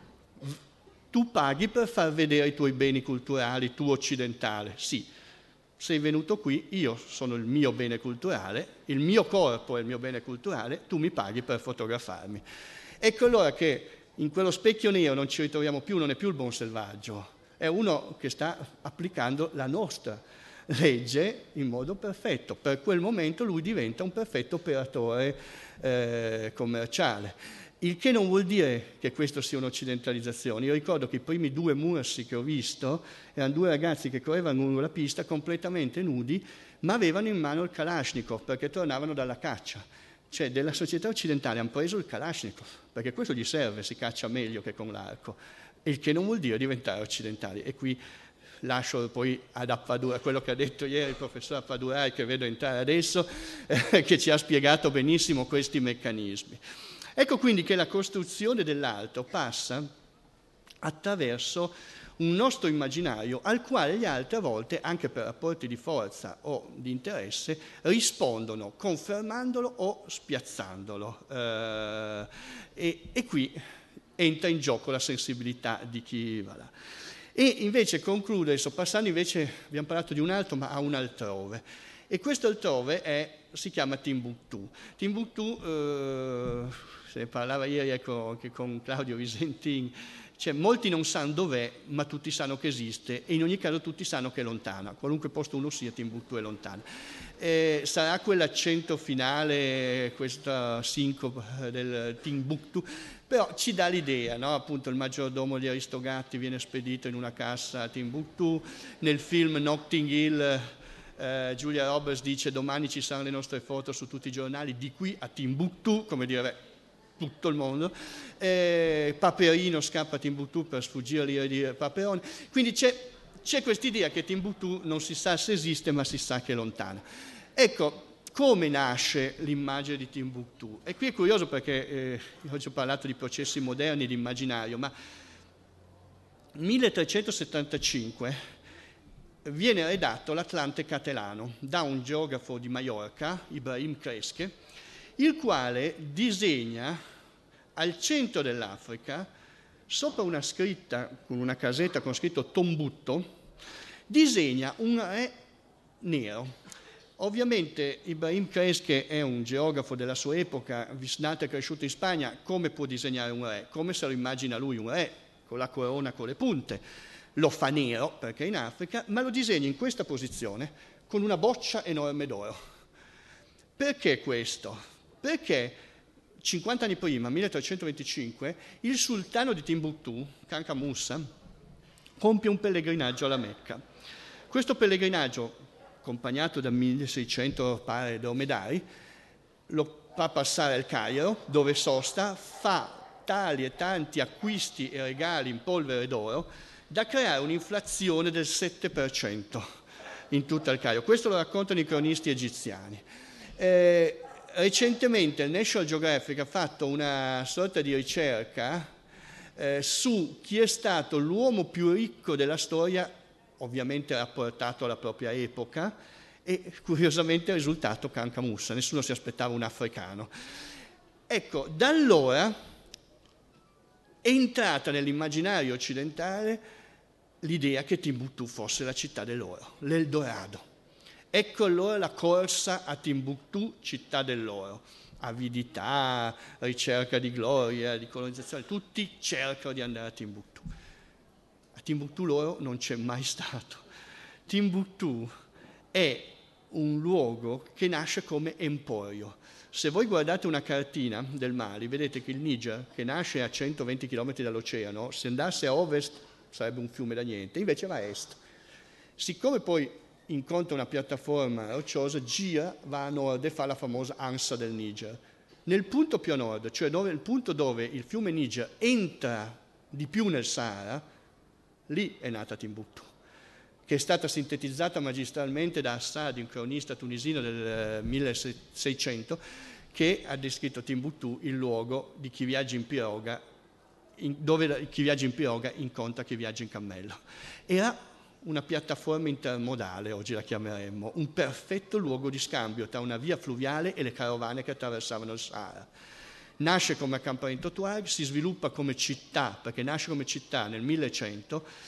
Tu paghi per far vedere i tuoi beni culturali, tu occidentale, sì, sei venuto qui, io sono il mio bene culturale, il mio corpo è il mio bene culturale, tu mi paghi per fotografarmi. Ecco allora che in quello specchio nero non ci ritroviamo più, non è più il buon selvaggio, è uno che sta applicando la nostra legge in modo perfetto. Per quel momento lui diventa un perfetto operatore eh, commerciale. Il che non vuol dire che questo sia un'occidentalizzazione. Io ricordo che i primi due Mursi che ho visto erano due ragazzi che correvano lungo la pista completamente nudi, ma avevano in mano il Kalashnikov perché tornavano dalla caccia. Cioè della società occidentale hanno preso il Kalashnikov, perché questo gli serve, si caccia meglio che con l'arco. Il che non vuol dire diventare occidentali. E qui lascio poi ad Appadura, quello che ha detto ieri il professor Appadurai, che vedo entrare adesso, eh, che ci ha spiegato benissimo questi meccanismi. Ecco quindi che la costruzione dell'altro passa attraverso un nostro immaginario al quale gli altri a volte, anche per rapporti di forza o di interesse, rispondono confermandolo o spiazzandolo. Eh, e, e qui entra in gioco la sensibilità di chi va là. E invece concludo, adesso passando invece, abbiamo parlato di un altro, ma a un altrove. E questo altrove è, si chiama Timbuktu. Timbuktu, eh, se ne parlava ieri ecco, anche con Claudio Visentin, cioè molti non sanno dov'è, ma tutti sanno che esiste, e in ogni caso tutti sanno che è lontana. Qualunque posto uno sia, Timbuktu è lontana. Eh, sarà quell'accento finale, questa sincope del Timbuktu, però ci dà l'idea, no? Appunto il maggiordomo di Aristogatti viene spedito in una cassa a Timbuktu, nel film Notting Hill eh, Julia Roberts dice domani ci saranno le nostre foto su tutti i giornali, di qui a Timbuktu, come dire tutto il mondo, eh, Paperino scappa a Timbuktu per sfuggire l'ira di Paperone, quindi c'è, c'è quest'idea che Timbuktu non si sa se esiste ma si sa che è lontana. Ecco, come nasce l'immagine di Timbuktu? E qui è curioso perché eh, oggi ho parlato di processi moderni di immaginario, ma nel milletrecentosettantacinque viene redatto l'Atlante Catelano da un geografo di Maiorca, Ibrahim Cresque, il quale disegna al centro dell'Africa, sopra una scritta, con una casetta con scritto Tombutto, disegna un re nero. Ovviamente Ibrahim Cresque è un geografo della sua epoca, nato e cresciuto in Spagna, come può disegnare un re? Come se lo immagina lui un re, con la corona, con le punte. Lo fa nero, perché è in Africa, ma lo disegna in questa posizione, con una boccia enorme d'oro. Perché questo? Perché cinquanta anni prima, milletrecentoventicinque, il sultano di Timbuktu, Kanka Musa, compie un pellegrinaggio alla Mecca. Questo pellegrinaggio, accompagnato da milleseicento pare dromedari, lo fa passare al Cairo, dove sosta, fa tali e tanti acquisti e regali in polvere d'oro da creare un'inflazione del sette per cento in tutto il Cairo. Questo lo raccontano i cronisti egiziani. Eh, recentemente il National Geographic ha fatto una sorta di ricerca eh, su chi è stato l'uomo più ricco della storia, ovviamente rapportato alla propria epoca, e curiosamente è il risultato Kanka Musa, nessuno si aspettava un africano. Ecco, da allora è entrata nell'immaginario occidentale l'idea che Timbuktu fosse la città dell'oro, l'Eldorado. Ecco allora la corsa a Timbuktu, città dell'oro. Avidità, ricerca di gloria, di colonizzazione, tutti cercano di andare a Timbuktu. A Timbuktu l'oro non c'è mai stato. Timbuktu è un luogo che nasce come emporio. Se voi guardate una cartina del Mali, vedete che il Niger, che nasce a centoventi chilometri dall'oceano, se andasse a ovest sarebbe un fiume da niente, invece va a est. Siccome poi incontra una piattaforma rocciosa, gira, va a nord e fa la famosa ansa del Niger. Nel punto più a nord, cioè dove, il punto dove il fiume Niger entra di più nel Sahara, lì è nata Timbuktu, che è stata sintetizzata magistralmente da Assad, un cronista tunisino del milleseicento, che ha descritto Timbuktu il luogo di chi viaggia in piroga, in, dove chi viaggia in piroga incontra chi viaggia in cammello. Era una piattaforma intermodale, oggi la chiameremmo, un perfetto luogo di scambio tra una via fluviale e le carovane che attraversavano il Sahara. Nasce come accampamento Tuareg, si sviluppa come città, perché nasce come città nel millecento,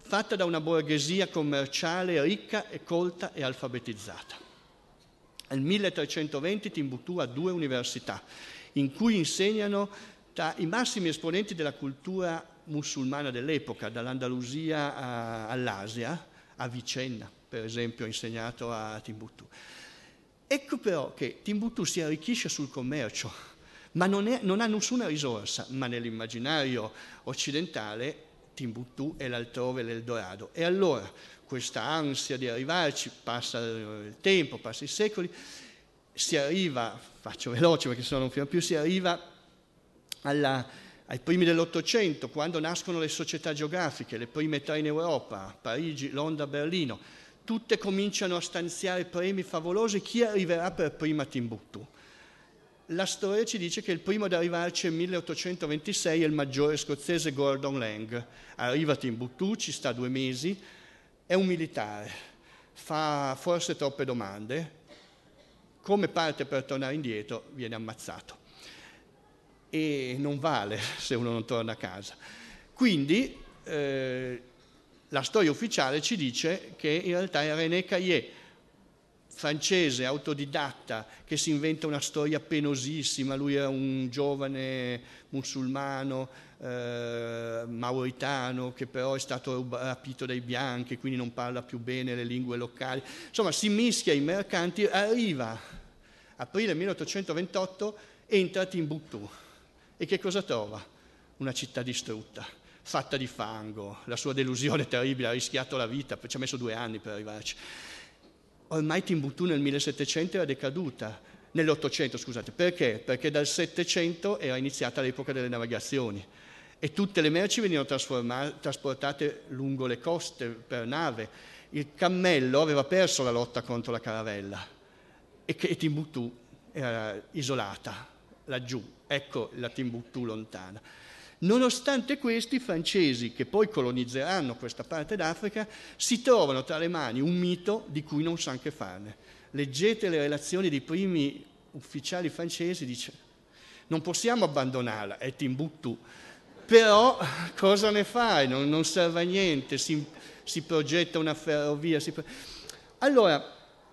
fatta da una borghesia commerciale ricca e colta e alfabetizzata. Nel milletrecentoventi Timbuktu ha due università in cui insegnano tra i massimi esponenti della cultura musulmana dell'epoca, dall'Andalusia a, all'Asia, a Vicenna, per esempio, insegnato a Timbuktu. Ecco però che Timbuktu si arricchisce sul commercio, ma non, è, non ha nessuna risorsa, ma nell'immaginario occidentale Timbuktu è l'altrove l'Eldorado. E allora questa ansia di arrivarci, passa il tempo, passa i secoli, si arriva, faccio veloce perché se no non fino più, si arriva alla, ai primi dell'Ottocento, quando nascono le società geografiche, le prime tre in Europa, Parigi, Londra, Berlino, tutte cominciano a stanziare premi favolosi, chi arriverà per prima a Timbuktu? La storia ci dice che il primo ad arrivarci nel milleottocentoventisei è il maggiore scozzese Gordon Lang. Arriva a Timbuktu, ci sta due mesi, è un militare, fa forse troppe domande, come parte per tornare indietro viene ammazzato. E non vale se uno non torna a casa. Quindi eh, la storia ufficiale ci dice che in realtà è René Caillié, francese, autodidatta, che si inventa una storia penosissima. Lui era un giovane musulmano, eh, mauritano, che però è stato rapito dai bianchi, quindi non parla più bene le lingue locali. Insomma, si mischia ai mercanti, arriva aprile milleottocentoventotto, entra a Timbuktu. E che cosa trova? Una città distrutta, fatta di fango. La sua delusione terribile, ha rischiato la vita, ci ha messo due anni per arrivarci. Ormai Timbuktu nel millesettecento era decaduta, nell'Ottocento scusate, perché? Perché dal Settecento era iniziata l'epoca delle navigazioni e tutte le merci venivano trasportate lungo le coste per nave. Il cammello aveva perso la lotta contro la caravella e, che, e Timbuktu era isolata laggiù, ecco la Timbuktu lontana. Nonostante questi, i francesi, che poi colonizzeranno questa parte d'Africa, si trovano tra le mani un mito di cui non sanno che farne. Leggete le relazioni dei primi ufficiali francesi, dice non possiamo abbandonarla, è Timbuktu, però cosa ne fai? Non, non serve a niente, si, si progetta una ferrovia. Si pro... Allora,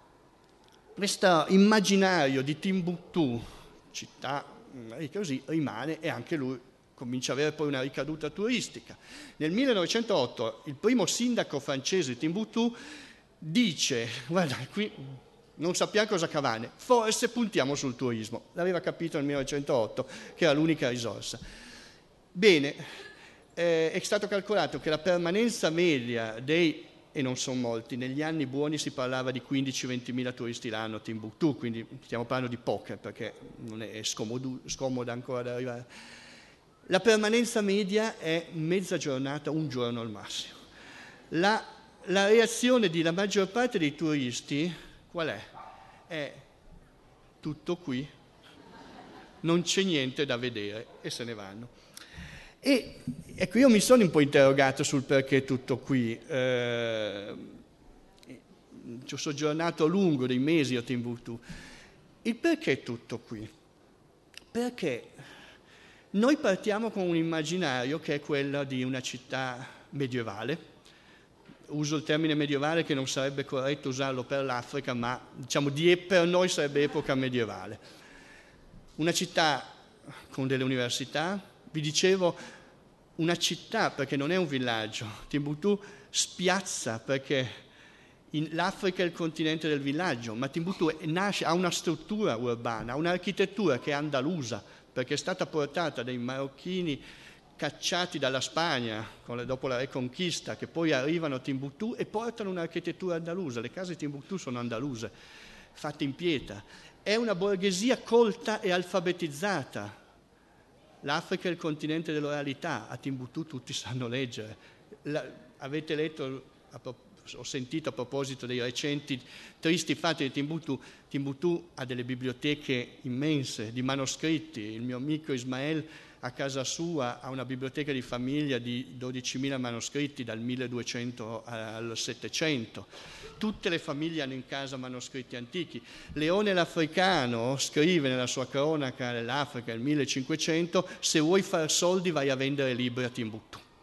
questo immaginario di Timbuktu, città così, rimane e anche lui comincia a avere poi una ricaduta turistica. Nel millenovecentootto il primo sindaco francese di Timbuktu dice, guarda, qui non sappiamo cosa cavarne, forse puntiamo sul turismo. L'aveva capito nel millenovecentootto, che era l'unica risorsa. Bene, eh, è stato calcolato che la permanenza media dei, e non sono molti, negli anni buoni si parlava di quindici-ventimila turisti l'anno a Timbuktu, quindi stiamo parlando di poche, perché non è scomodo, scomoda ancora da arrivare. La permanenza media è mezza giornata, un giorno al massimo. La, la reazione della maggior parte dei turisti, qual è? È tutto qui, non c'è niente da vedere e se ne vanno. E ecco, io mi sono un po' interrogato sul perché tutto qui. Eh, ci ho soggiornato a lungo, dei mesi a Timbuktu. Il perché tutto qui? Perché noi partiamo con un immaginario che è quello di una città medievale. Uso il termine medievale che non sarebbe corretto usarlo per l'Africa, ma diciamo di, per noi sarebbe epoca medievale. Una città con delle università, vi dicevo una città perché non è un villaggio. Timbuktu spiazza perché in, l'Africa è il continente del villaggio, ma Timbuktu nasce, ha una struttura urbana, ha un'architettura che è andalusa, perché è stata portata dai marocchini cacciati dalla Spagna dopo la Reconquista, che poi arrivano a Timbuktu e portano un'architettura andalusa. Le case di Timbuktu sono andaluse, fatte in pietra. È una borghesia colta e alfabetizzata. L'Africa è il continente dell'oralità, a Timbuktu tutti sanno leggere. La, avete letto, ho sentito a proposito dei recenti tristi fatti di Timbuktu, Timbuktu ha delle biblioteche immense di manoscritti. Il mio amico Ismael a casa sua ha una biblioteca di famiglia di dodicimila manoscritti dal milleduecento al settecento. Tutte le famiglie hanno in casa manoscritti antichi. Leone l'Africano scrive nella sua cronaca dell'Africa nel millecinquecento: se vuoi far soldi vai a vendere libri a Timbuktu.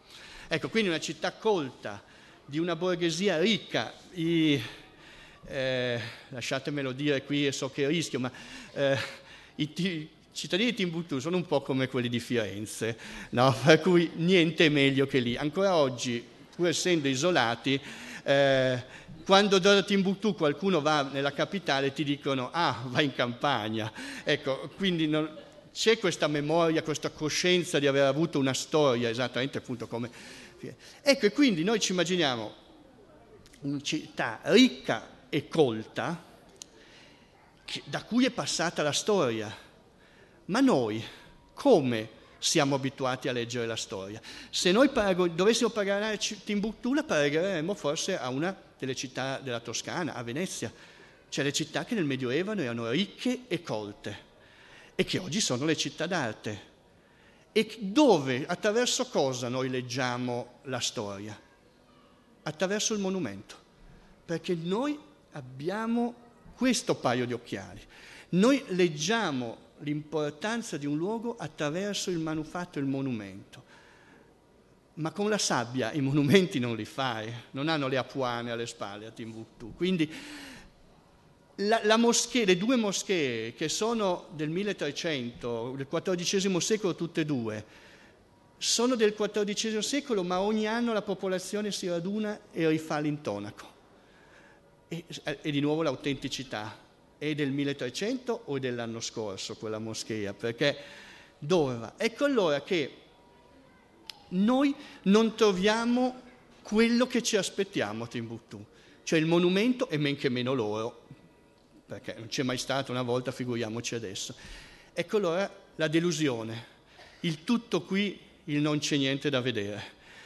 Ecco, quindi una città colta, di una borghesia ricca, i, eh, lasciatemelo dire qui e so che rischio, ma eh, i, i cittadini di Timbuktu sono un po' come quelli di Firenze, no? Per cui niente meglio che lì. Ancora oggi, pur essendo isolati, eh, quando da Timbuktu qualcuno va nella capitale ti dicono ah, va in campagna. Ecco, quindi non, c'è questa memoria, questa coscienza di aver avuto una storia, esattamente appunto come... Ecco, e quindi noi ci immaginiamo una città ricca e colta che, da cui è passata la storia. Ma noi come siamo abituati a leggere la storia? Se noi paragon- dovessimo paragonare Timbuktu, la paragоneremmo forse a una delle città della Toscana, a Venezia, cioè le città che nel Medioevo erano ricche e colte e che oggi sono le città d'arte. E dove, attraverso cosa noi leggiamo la storia? Attraverso il monumento, perché noi abbiamo questo paio di occhiali. Noi leggiamo l'importanza di un luogo attraverso il manufatto, il monumento. Ma con la sabbia i monumenti non li fai, non hanno le apuane alle spalle a Timbuktu. Quindi la, la moschea, le due moschee che sono del milletrecento, del quattordicesimo secolo tutte e due, sono del quattordicesimo secolo, ma ogni anno la popolazione si raduna e rifà l'intonaco. E, e di nuovo l'autenticità. È del milletrecento o dell'anno scorso quella moschea? Perché dove va? Ecco allora che noi non troviamo quello che ci aspettiamo a Timbuktu, cioè il monumento e men che meno loro, perché non c'è mai stato una volta, figuriamoci adesso. Ecco allora la delusione, il tutto qui, il non c'è niente da vedere.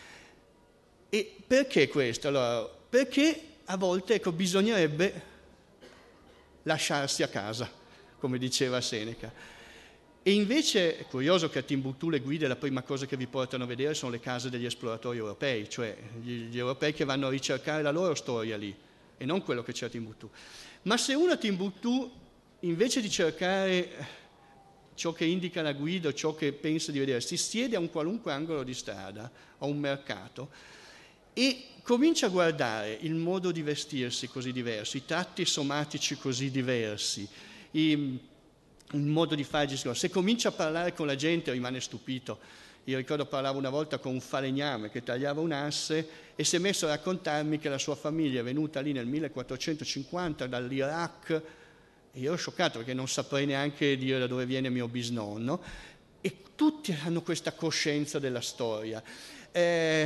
E perché questo? Allora, perché a volte ecco, bisognerebbe lasciarsi a casa, come diceva Seneca. E invece è curioso che a Timbuktu le guide la prima cosa che vi portano a vedere sono le case degli esploratori europei, cioè gli, gli europei che vanno a ricercare la loro storia lì e non quello che c'è a Timbuktu. Ma se uno a Timbuktu, invece di cercare ciò che indica la guida o ciò che pensa di vedere, si siede a un qualunque angolo di strada, a un mercato, e comincia a guardare il modo di vestirsi così diverso, i tratti somatici così diversi, i, il modo di fare gestione. Se comincia a parlare con la gente rimane stupito. Io ricordo parlavo una volta con un falegname che tagliava un asse e si è messo a raccontarmi che la sua famiglia è venuta lì nel millequattrocentocinquanta dall'Iraq e io ero scioccato perché non saprei neanche dire da dove viene mio bisnonno e tutti hanno questa coscienza della storia. Eh,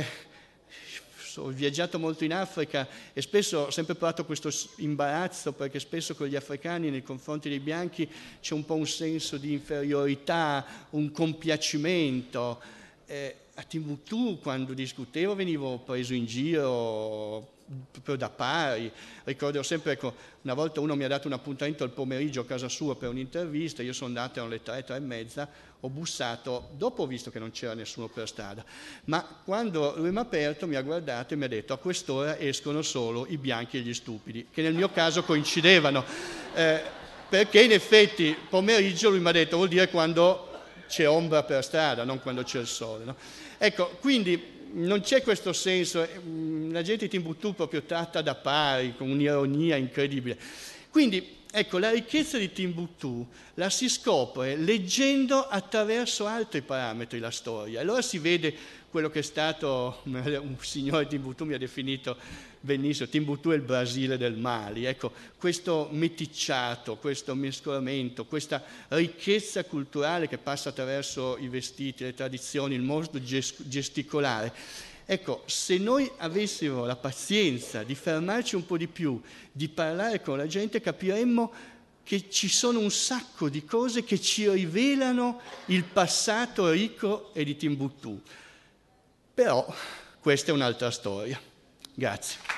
ho viaggiato molto in Africa e spesso ho sempre provato questo imbarazzo perché spesso con gli africani nei confronti dei bianchi c'è un po' un senso di inferiorità, un compiacimento. Eh, a Timbuktu quando discutevo venivo preso in giro proprio da pari. Ricordo sempre, ecco, una volta uno mi ha dato un appuntamento al pomeriggio a casa sua per un'intervista, io sono andato alle tre, tre e mezza, ho bussato, dopo ho visto che non c'era nessuno per strada, ma quando lui mi ha aperto mi ha guardato e mi ha detto a quest'ora escono solo i bianchi e gli stupidi, che nel mio caso coincidevano, eh, perché in effetti pomeriggio lui mi ha detto vuol dire quando c'è ombra per strada, non quando c'è il sole. No? Ecco, quindi non c'è questo senso, la gente di Timbuktu proprio tratta da pari, con un'ironia incredibile. Quindi, ecco, la ricchezza di Timbuktu la si scopre leggendo attraverso altri parametri la storia. Allora si vede quello che è stato, un signore di Timbuktu mi ha definito benissimo, Timbuktu è il Brasile del Mali. Ecco, questo meticciato, questo mescolamento, questa ricchezza culturale che passa attraverso i vestiti, le tradizioni, il modo gesticolare. Ecco, se noi avessimo la pazienza di fermarci un po' di più, di parlare con la gente, capiremmo che ci sono un sacco di cose che ci rivelano il passato ricco e di Timbuktu. Però questa è un'altra storia. Grazie.